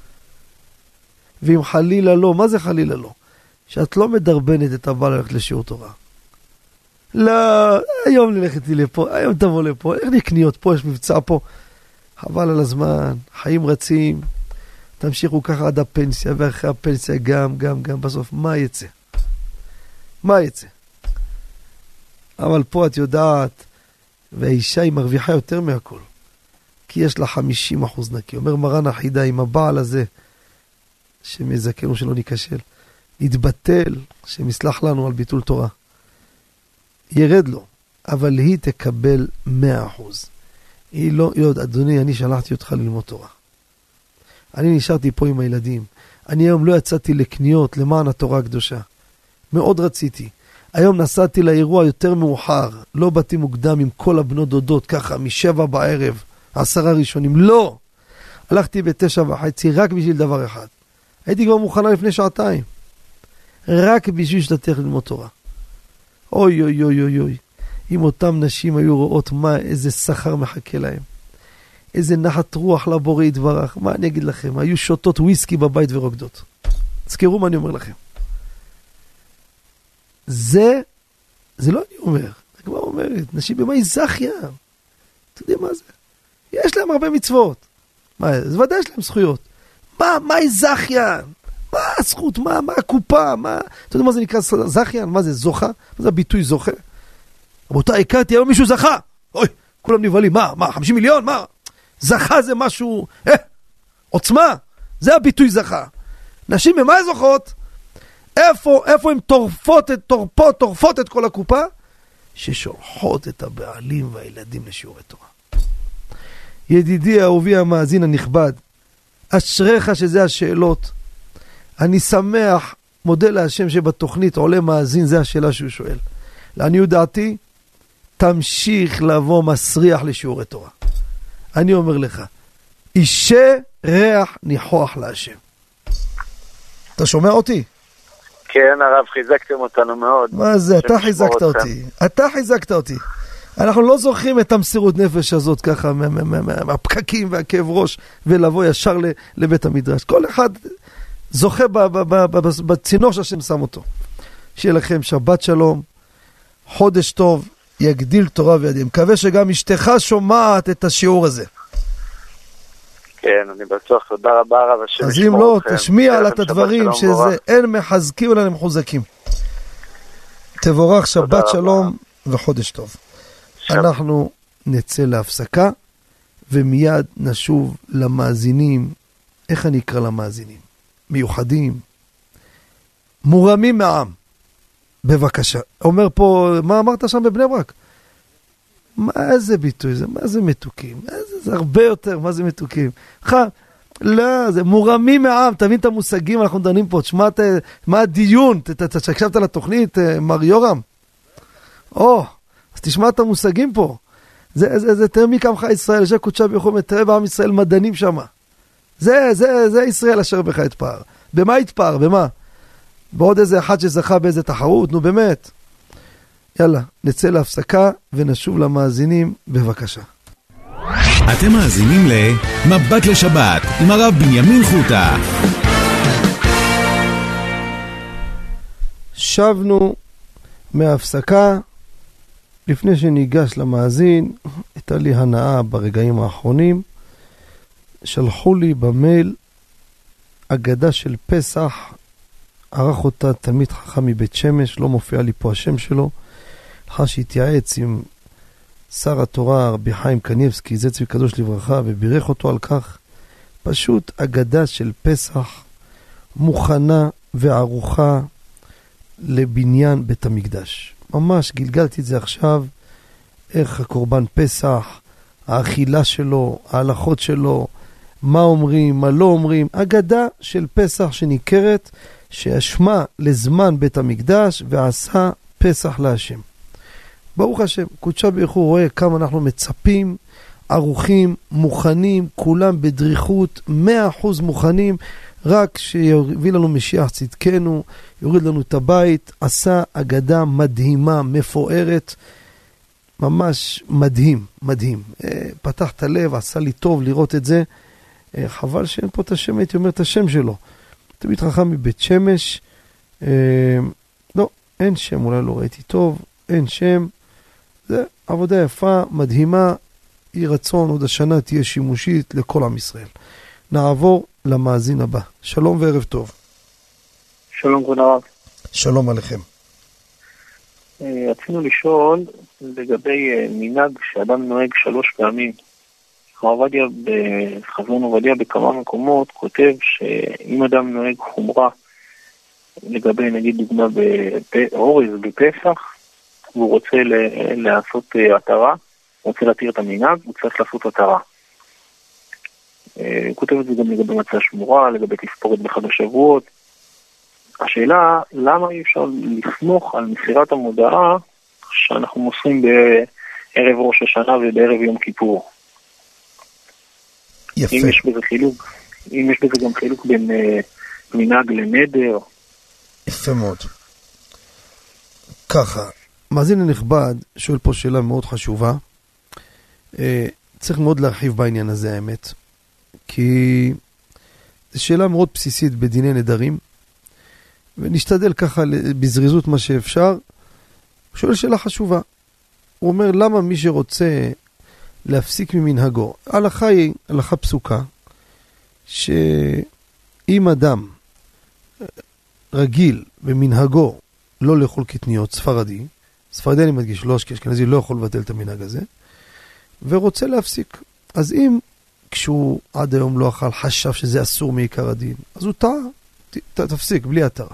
ואם חלילה לא, מה זה חלילה לא? שאת לא מדרבנת את הבעל ללכת לשיעור תורה. לא, היום נלכת לי לפה, היום תבוא לפה, איך נקניות פה, יש מבצע פה. חבל על הזמן, חיים רצים, תמשיכו ככה עד הפנסיה, ואחרי הפנסיה גם, גם, גם, בסוף, מה יצא? מה יצא? אבל פה את יודעת, והאישה היא מרוויחה יותר מהכל, כי יש לה חמישים אחוז נקי. אומר מרן החידה, עם הבעל הזה, שמזכנו שלא ניקשל, יתבטל, שמסלח לנו על ביטול תורה. ירד לו. אבל היא תקבל מאה אחוז. היא לא, היא עוד, אדוני, אני שלחתי אותך ללמוד תורה. אני נשארתי פה עם הילדים. אני היום לא יצאתי לקניות למען התורה הקדושה. מאוד רציתי. היום נסעתי לאירוע יותר מאוחר. לא באתי מוקדם עם כל הבנות דודות, ככה, משבע בערב, עשרה ראשונים. לא! הלכתי בתשע וחצי רק בשביל דבר אחד. הייתי כבר מוכנה לפני שעתיים. רק בשביל שתתך ללמוד תורה. אוי אוי אוי אוי אוי. אם אותם נשים היו רואות מה, איזה שכר מחכה להם. איזה נחת רוח לבורא יתברך. מה אני אגיד לכם? היו שותות וויסקי בבית ורוקדות. תזכרו מה אני אומר לכם. זה, זה לא אני אומר. אני כבר אומרת, נשים במאי זכיה. אתה יודע מה זה? יש להם הרבה מצוות. מה, זה ודאי יש להם זכויות. מה, מה זכיין? מה הזכות? מה, מה הקופה? מה... אתה יודע מה זה נקרא זכיין? מה זה זוכה? מה זה הביטוי זוכה? רבותיי, הכרתי, היום מישהו זכה. אוי, כולם נבהלים. מה, מה, חמישים מיליון? מה? זכה זה משהו... אה, עוצמה. זה הביטוי זכה. נשים במה זוכות? איפה, איפה הן טורפות את, טורפות, טורפות את כל הקופה? ששולחות את הבעלים והילדים לשיעורי תורה. ידידי אהובי המאזין הנכבד, אשריך שזה השאלות. אני שמח, מודה להשם שבתוכנית עולה מאזין, זה השאלה שהוא שואל. לעניות דעתי, תמשיך לבוא מסריח לשיעורי תורה. אני אומר לך, אישה ריח ניחוח להשם. אתה שומע אותי? כן, הרב, חיזקתם אותנו מאוד. מה זה? אתה חיזקת אותי. אתה חיזקת אותי. אנחנו לא זוכרים את המסירות נפש הזאת ככה, מהפקקים והכאב ראש, ולבוא ישר לבית המדרש. כל אחד זוכה בצינור שהשם שם אותו. שיהיה לכם שבת שלום, חודש טוב, יגדיל תורה וידעים. מקווה שגם אשתך שומעת את השיעור הזה. כן, אני בטוח, תודה רבה רב, השם אז אם לא, תשמיע לה את הדברים, שזה אין מחזקים אלא מחוזקים. תבורך שבת שלום וחודש טוב. אנחנו נצא להפסקה, ומיד נשוב למאזינים. איך אני אקרא למאזינים? מיוחדים, מורמים מהעם. בבקשה. אומר פה, מה אמרת שם בבני ברק? מה זה ביטוי? זה, מה זה מתוקים? מה זה, זה הרבה יותר, מה זה מתוקים? ח... לא, זה מורמים מהעם. תבין את המושגים, אנחנו דנים פה. תשמע, מה הדיון? תקשבת לתוכנית, מר יורם? או, אז תשמע את המושגים פה. זה, זה, זה תראה מי קמך ישראל, שקודשה ביחום, תראה בעם ישראל מדענים שם. זה, זה, זה ישראל אשר בך יתפאר. במה יתפאר? במה? בעוד איזה אחד שזכה באיזה תחרות? נו באמת. יאללה, נצא להפסקה ונשוב למאזינים, בבקשה. אתם מאזינים למבט לשבת עם הרב בנימין חוטה. שבנו מההפסקה. לפני שניגש למאזין, הייתה לי הנאה ברגעים האחרונים. שלחו לי במייל אגדה של פסח, ערך אותה תלמיד חכם מבית שמש, לא מופיע לי פה השם שלו, לאחר שהתייעץ עם שר התורה רבי חיים קניבסקי, זה צבי קדוש לברכה, ובירך אותו על כך. פשוט אגדה של פסח מוכנה וערוכה לבניין בית המקדש. ממש גלגלתי את זה עכשיו, איך הקורבן פסח, האכילה שלו, ההלכות שלו, מה אומרים, מה לא אומרים. אגדה של פסח שניכרת, שהשמה לזמן בית המקדש ועשה פסח להשם. ברוך השם, קודשה בריך הוא רואה כמה אנחנו מצפים, ערוכים, מוכנים, כולם בדריכות, מאה אחוז מוכנים, רק שיביא לנו משיח צדקנו, יוריד לנו את הבית. עשה אגדה מדהימה, מפוארת, ממש מדהים, מדהים. פתח את הלב, עשה לי טוב לראות את זה. חבל שאין פה את השם, הייתי אומר את השם שלו. תמיד חכם מבית שמש, לא, אין שם, אולי לא ראיתי טוב, אין שם. זה עבודה יפה, מדהימה, יהי רצון, עוד השנה תהיה שימושית לכל עם ישראל. נעבור למאזין הבא. שלום וערב טוב. שלום כבוד הרב. שלום עליכם. רצינו לשאול לגבי מנהג שאדם נוהג שלוש פעמים. עובדיה בחזון עובדיה בכמה מקומות כותב שאם אדם נוהג חומרה לגבי נגיד דוגמה באורז בפסח, והוא רוצה לעשות התרה, הוא רוצה להתיר את המנהג, הוא צריך לעשות התרה. הוא כותב את זה גם לגבי מצה שמורה, לגבי תספורת בחג השבועות. השאלה, למה אי אפשר לסמוך על מסירת המודעה שאנחנו מוסרים בערב ראש השנה ובערב יום כיפור? יפה. אם יש בזה חילוק, אם יש בזה גם חילוק בין uh, מנהג לנדר. יפה מאוד. ככה, מאזין הנכבד שואל פה שאלה מאוד חשובה. Uh, צריך מאוד להרחיב בעניין הזה, האמת. כי זו שאלה מאוד בסיסית בדיני נדרים, ונשתדל ככה בזריזות מה שאפשר. הוא שואל שאלה חשובה. הוא אומר, למה מי שרוצה להפסיק ממנהגו? ההלכה היא הלכה פסוקה, שאם אדם רגיל במנהגו לא לאכול קטניות, ספרדי, ספרדי אני מדגיש, לא אשכנזי, לא יכול לבטל את המנהג הזה, ורוצה להפסיק. אז אם כשהוא עד היום לא אכל, חשב שזה אסור מעיקר הדין, אז הוא טעה, ת, תפסיק, בלי התרה.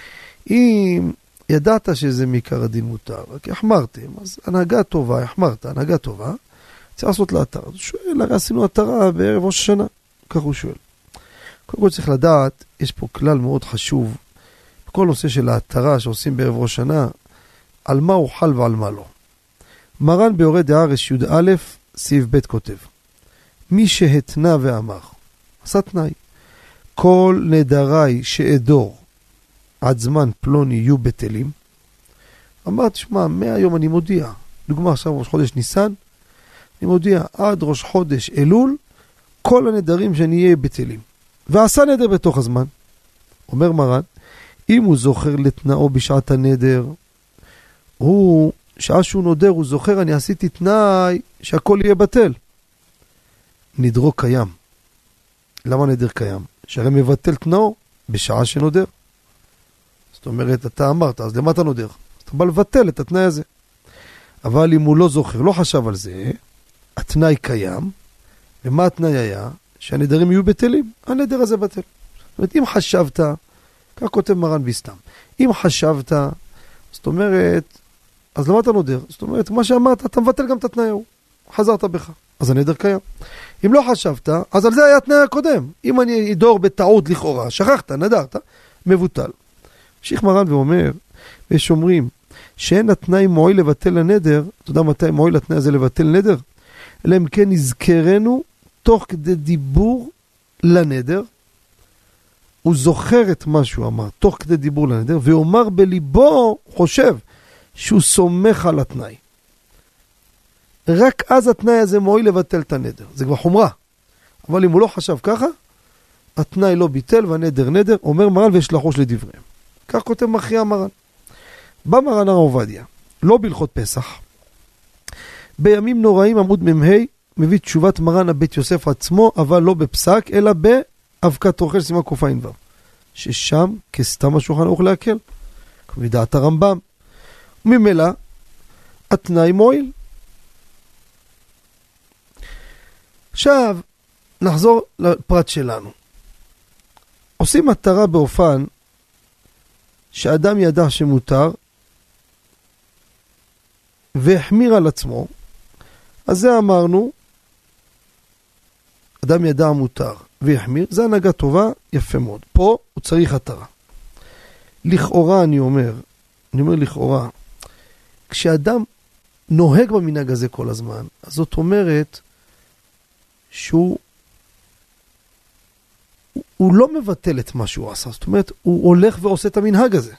אם ידעת שזה מעיקר הדין מותר, כי החמרתם, אז הנהגה טובה, החמרת, הנהגה טובה, צריך לעשות לה התרה. אז הוא שואל, הרי עשינו התרה בערב ראש השנה, כך הוא שואל. קודם כל צריך לדעת, יש פה כלל מאוד חשוב, בכל נושא של ההתרה שעושים בערב ראש השנה, על מה הוא חל ועל מה לא. מרן ביורה דעה רש"י א' סעיף ב' כותב, מי שהתנה ואמר, עשה תנאי, כל נדרי שאדור עד זמן פלוני יהיו בטלים, אמר, תשמע, מהיום אני מודיע, דוגמה עכשיו ראש חודש ניסן, אני מודיע, עד ראש חודש אלול, כל הנדרים שאני אהיה בטלים. ועשה נדר בתוך הזמן. אומר מרן, אם הוא זוכר לתנאו בשעת הנדר, הוא, שעה שהוא נודר, הוא זוכר, אני עשיתי תנאי שהכל יהיה בטל. נדרו קיים. למה נדר קיים? שהרי מבטל תנאו בשעה שנודר. זאת אומרת, אתה אמרת, אז למה אתה נודר? אתה בא לבטל את התנאי הזה. אבל אם הוא לא זוכר, לא חשב על זה, התנאי קיים, ומה התנאי היה? שהנדרים יהיו בטלים. הנדר הזה בטל. זאת אומרת, אם חשבת, כך כותב מרן בסתם, אם חשבת, זאת אומרת, אז למה אתה נודר? זאת אומרת, מה שאמרת, אתה מבטל גם את התנאי ההוא. חזרת בך. אז הנדר קיים. אם לא חשבת, אז על זה היה התנאי הקודם. אם אני אדור בטעות לכאורה, שכחת, נדרת, מבוטל. המשיך מרן ואומר, ויש אומרים, שאין התנאי מועיל לבטל הנדר, אתה יודע מתי מועיל התנאי הזה לבטל נדר? אלא אם כן נזכרנו תוך כדי דיבור לנדר, הוא זוכר את מה שהוא אמר, תוך כדי דיבור לנדר, ואומר בליבו, חושב, שהוא סומך על התנאי. רק אז התנאי הזה מועיל לבטל את הנדר. זה כבר חומרה. אבל אם הוא לא חשב ככה, התנאי לא ביטל והנדר נדר, אומר מרן ויש לחוש לדבריהם. כך כותב מכריע מרן. בא מרן הר עובדיה, לא בהלכות פסח. בימים נוראים עמוד ממהי, מביא תשובת מרן הבית יוסף עצמו, אבל לא בפסק, אלא באבקת אוכל סימן קע"ו. ששם כסתם השולחן ערוך להקל. כבדעת הרמב"ם. וממילא, התנאי מועיל. עכשיו, נחזור לפרט שלנו. עושים התרה באופן שאדם ידע שמותר והחמיר על עצמו, אז זה אמרנו, אדם ידע מותר והחמיר, זה הנהגה טובה, יפה מאוד. פה הוא צריך התרה. לכאורה אני אומר, אני אומר לכאורה, כשאדם נוהג במנהג הזה כל הזמן, אז זאת אומרת שהוא הוא לא מבטל את מה שהוא עשה, זאת אומרת, הוא הולך ועושה את המנהג הזה.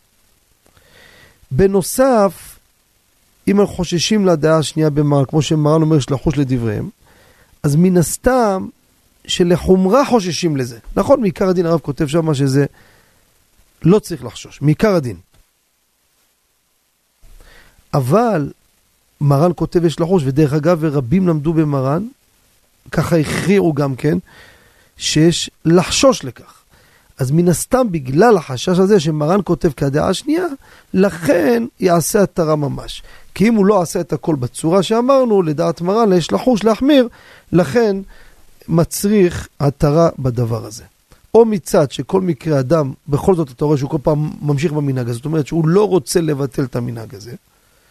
בנוסף, אם אנחנו חוששים לדעה השנייה במרן, כמו שמרן אומר שלחוש לדבריהם, אז מן הסתם שלחומרה חוששים לזה. נכון, מעיקר הדין הרב כותב שם שזה לא צריך לחשוש, מעיקר הדין. אבל מרן כותב יש לחוש, ודרך אגב, ורבים למדו במרן, ככה הכריעו גם כן, שיש לחשוש לכך. אז מן הסתם בגלל החשש הזה שמרן כותב כדעה השנייה, לכן יעשה התרה ממש. כי אם הוא לא עשה את הכל בצורה שאמרנו, לדעת מרן יש לחוש להחמיר, לכן מצריך התרה בדבר הזה. או מצד שכל מקרה אדם, בכל זאת אתה רואה שהוא כל פעם ממשיך במנהג הזה, זאת אומרת שהוא לא רוצה לבטל את המנהג הזה,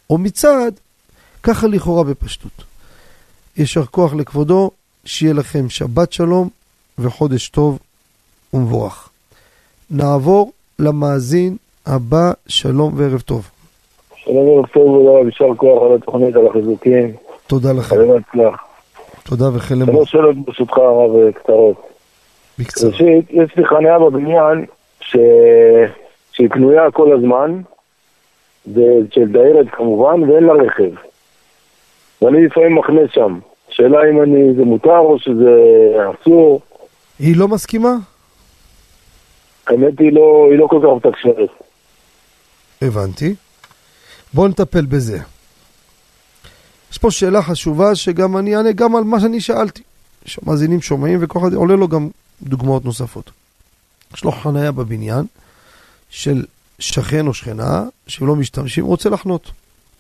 או מצד, ככה לכאורה בפשטות. ישר כוח לכבודו, שיהיה לכם שבת שלום וחודש טוב ומבורך. נעבור למאזין הבא, שלום וערב טוב. שלום וערב טוב, ודאי, יישר כוח על התוכנית, על החיזוקים. תודה לכם. תודה וחלם. שלוש שאלות ברשותך הרב קצרות. בקצר. ראשית, יש לי חניה בבניין ש... שהיא קנויה כל הזמן, זה של דיירת כמובן, ואין לה רכב. ואני לפעמים מכנה שם. שאלה אם אני, זה מותר או שזה אסור. היא לא מסכימה? האמת היא לא, היא לא כל כך מתקשרת. הבנתי. בואו נטפל בזה. יש פה שאלה חשובה שגם אני אענה גם על מה שאני שאלתי. שמאזינים שומעים וכל אחד עולה לו גם דוגמאות נוספות. יש לו חניה בבניין של שכן או שכנה שלא משתמשים, רוצה לחנות.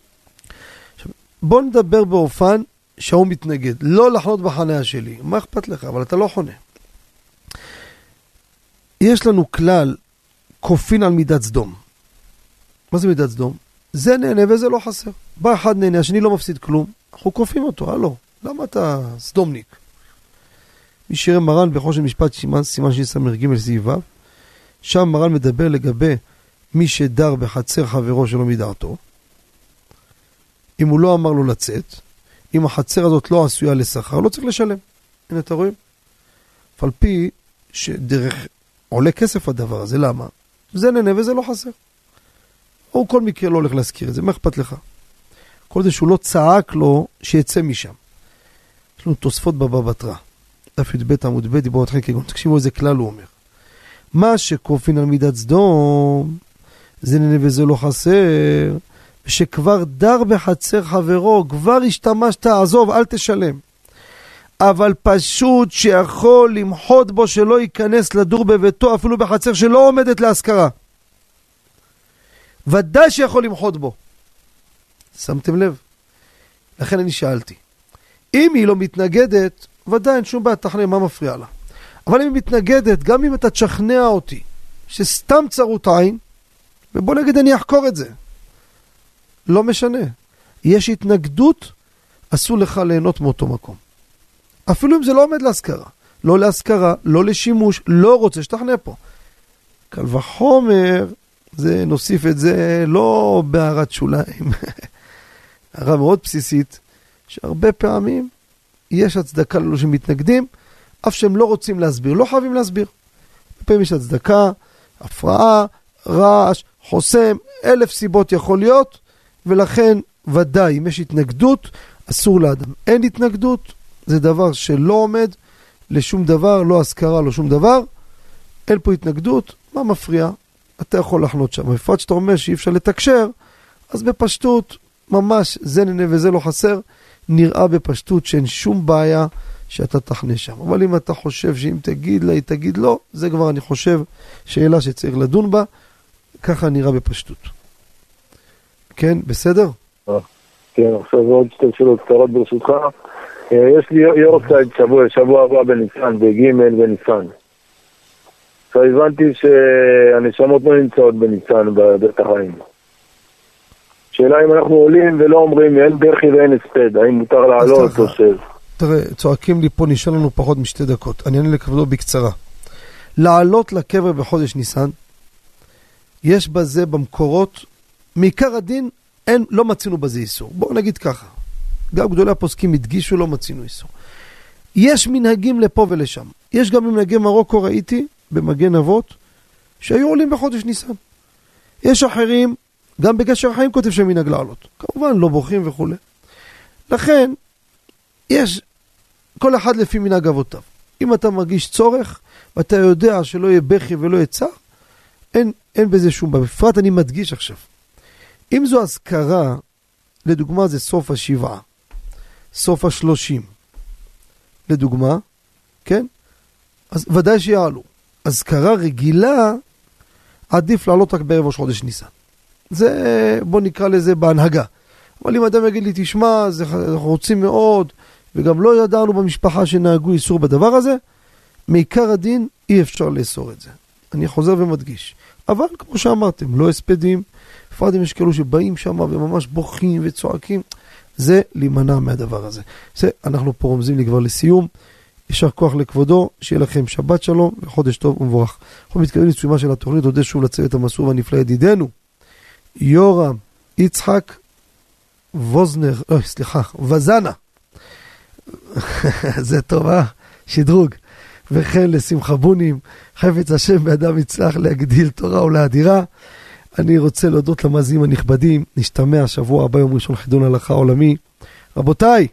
בואו נדבר באופן שהוא מתנגד. לא לחנות בחניה שלי. מה אכפת לך? אבל אתה לא חונה. יש לנו כלל כופין על מידת סדום. מה זה מידת סדום? זה נהנה וזה לא חסר. בא אחד נהנה, השני לא מפסיד כלום. אנחנו כופים אותו, הלו. למה אתה סדומניק? מי שיראה מרן בחושן משפט סימן, סימן שסמר ג' סעיף ו', שם מרן מדבר לגבי מי שדר בחצר חברו שלא מדרתו. אם הוא לא אמר לו לצאת, אם החצר הזאת לא עשויה לשכר, לא צריך לשלם. הנה אתה רואים? על פי שדרך עולה כסף הדבר הזה, למה? זה נהנה וזה לא חסר. או כל מקרה לא הולך להזכיר את זה, מה אכפת לך? כל זה שהוא לא צעק לו שיצא משם. יש לנו תוספות בבא בתרא. דף י"ב עמוד ב' דיבור התחיל כגון. תקשיבו איזה כלל הוא אומר. מה שכופין על מידת סדום, זה נהנה וזה לא חסר, שכבר דר בחצר חברו, כבר השתמשת, עזוב, אל תשלם. אבל פשוט שיכול למחוד בו שלא ייכנס לדור בביתו, אפילו בחצר שלא עומדת להשכרה. ודאי שיכול למחוד בו. שמתם לב? לכן אני שאלתי. אם היא לא מתנגדת, ודאי אין שום בעיה, תחנה, מה מפריע לה? אבל אם היא מתנגדת, גם אם אתה תשכנע אותי, שסתם צרות עין, ובוא נגיד אני אחקור את זה. לא משנה. יש התנגדות, אסור לך ליהנות מאותו מקום. אפילו אם זה לא עומד להשכרה. לא להשכרה, לא לשימוש, לא רוצה שתחנה פה. קל וחומר, זה, נוסיף את זה לא בהערת שוליים. הערה מאוד בסיסית, שהרבה פעמים יש הצדקה ללא שמתנגדים, אף שהם לא רוצים להסביר, לא חייבים להסביר. בפעמים יש הצדקה, הפרעה, רעש, חוסם, אלף סיבות יכול להיות, ולכן ודאי, אם יש התנגדות, אסור לאדם. אין התנגדות, זה דבר שלא עומד לשום דבר, לא הזכרה, לא שום דבר. אין פה התנגדות, מה מפריע? אתה יכול לחנות שם. בפרט שאתה אומר שאי אפשר לתקשר, אז בפשטות, ממש, זה נהנה וזה לא חסר, נראה בפשטות שאין שום בעיה שאתה תחנה שם. אבל אם אתה חושב שאם תגיד לה, היא תגיד לא, זה כבר אני חושב שאלה שצריך לדון בה, ככה נראה בפשטות. כן, בסדר? כן, עכשיו עוד שתי שאלות קצרות ברשותך. יש לי יורקסייד שבוע, שבוע הבא בניסן, בג' בניסן. עכשיו הבנתי שהנשמות לא נמצאות בניסן בבית החיים. שאלה אם אנחנו עולים ולא אומרים אין דרכי ואין הספד, האם מותר לעלות או ש... תראה, צועקים לי פה, נשאר לנו פחות משתי דקות. אני אענה לכבודו בקצרה. לעלות לקבר בחודש ניסן, יש בזה במקורות, מעיקר הדין, אין, לא מצינו בזה איסור. בואו נגיד ככה. גם גדולי הפוסקים הדגישו, לא מצינו איסור. יש מנהגים לפה ולשם. יש גם מנהגי מרוקו, ראיתי, במגן אבות, שהיו עולים בחודש ניסן. יש אחרים, גם בגשר החיים כותב שהם מנהג לעלות. כמובן, לא בוכים וכו'. לכן, יש כל אחד לפי מנהג אבותיו. אם אתה מרגיש צורך, ואתה יודע שלא יהיה בכי ולא יהיה צער, אין, אין בזה שום בעיה. בפרט אני מדגיש עכשיו. אם זו הזכרה, לדוגמה זה סוף השבעה, סוף השלושים, לדוגמה, כן? אז ודאי שיעלו. הזכרה רגילה, עדיף לעלות רק בערב ראש חודש ניסן. זה, בוא נקרא לזה בהנהגה. אבל אם אדם יגיד לי, תשמע, זה, אנחנו רוצים מאוד, וגם לא ידענו במשפחה שנהגו איסור בדבר הזה, מעיקר הדין אי אפשר לאסור את זה. אני חוזר ומדגיש. אבל כמו שאמרתם, לא הספדים, בפרט אם יש כאלו שבאים שם וממש בוכים וצועקים, זה להימנע מהדבר הזה. זה, אנחנו פה רומזים לי כבר לסיום, ישר כוח לכבודו, שיהיה לכם שבת שלום וחודש טוב ומבורך. אנחנו מתקדמים לסיומה של התוכנית, תודה שוב לצוות המסור והנפלא ידידנו, יורם יצחק ווזנר, אוי סליחה, וזנה, זה טוב, אה? שדרוג. וכן לשמחה בונים, חפץ השם באדם יצלח להגדיל תורה ולהדירה. אני רוצה להודות למאזינים הנכבדים, נשתמע שבוע הבא יום ראשון חידון הלכה עולמי. רבותיי,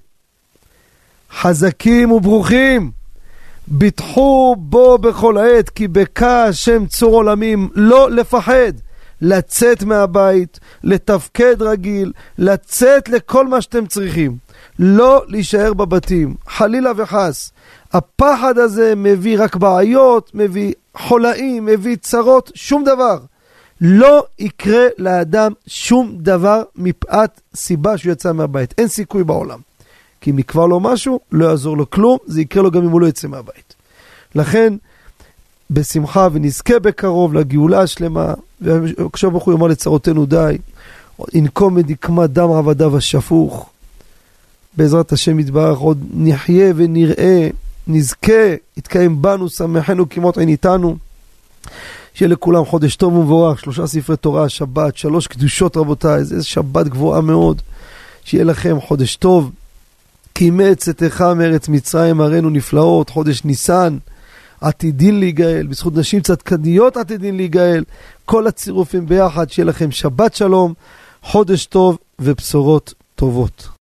חזקים וברוכים, ביטחו בו בכל עת, כי בקע השם צור עולמים, לא לפחד, לצאת מהבית, לתפקד רגיל, לצאת לכל מה שאתם צריכים, לא להישאר בבתים, חלילה וחס. הפחד הזה מביא רק בעיות, מביא חולאים, מביא צרות, שום דבר. לא יקרה לאדם שום דבר מפאת סיבה שהוא יצא מהבית. אין סיכוי בעולם. כי אם יקבע לו משהו, לא יעזור לו כלום, זה יקרה לו גם אם הוא לא יצא מהבית. לכן, בשמחה ונזכה בקרוב לגאולה השלמה, ועכשיו ברוך הוא יאמר לצרותינו די, ינקום מדקמת דם עבדיו השפוך, בעזרת השם יתברך, עוד נחיה ונראה, נזכה, יתקיים בנו, שמחנו כמות עין איתנו, שיהיה לכולם חודש טוב ומבורך, שלושה ספרי תורה, שבת, שלוש קדושות רבותיי, איזה שבת גבוהה מאוד, שיהיה לכם חודש טוב, כי מצאתך מארץ מצרים הראינו נפלאות, חודש ניסן, עתידין להיגאל, בזכות נשים צדקניות עתידין להיגאל, כל הצירופים ביחד, שיהיה לכם שבת שלום, חודש טוב ובשורות טובות.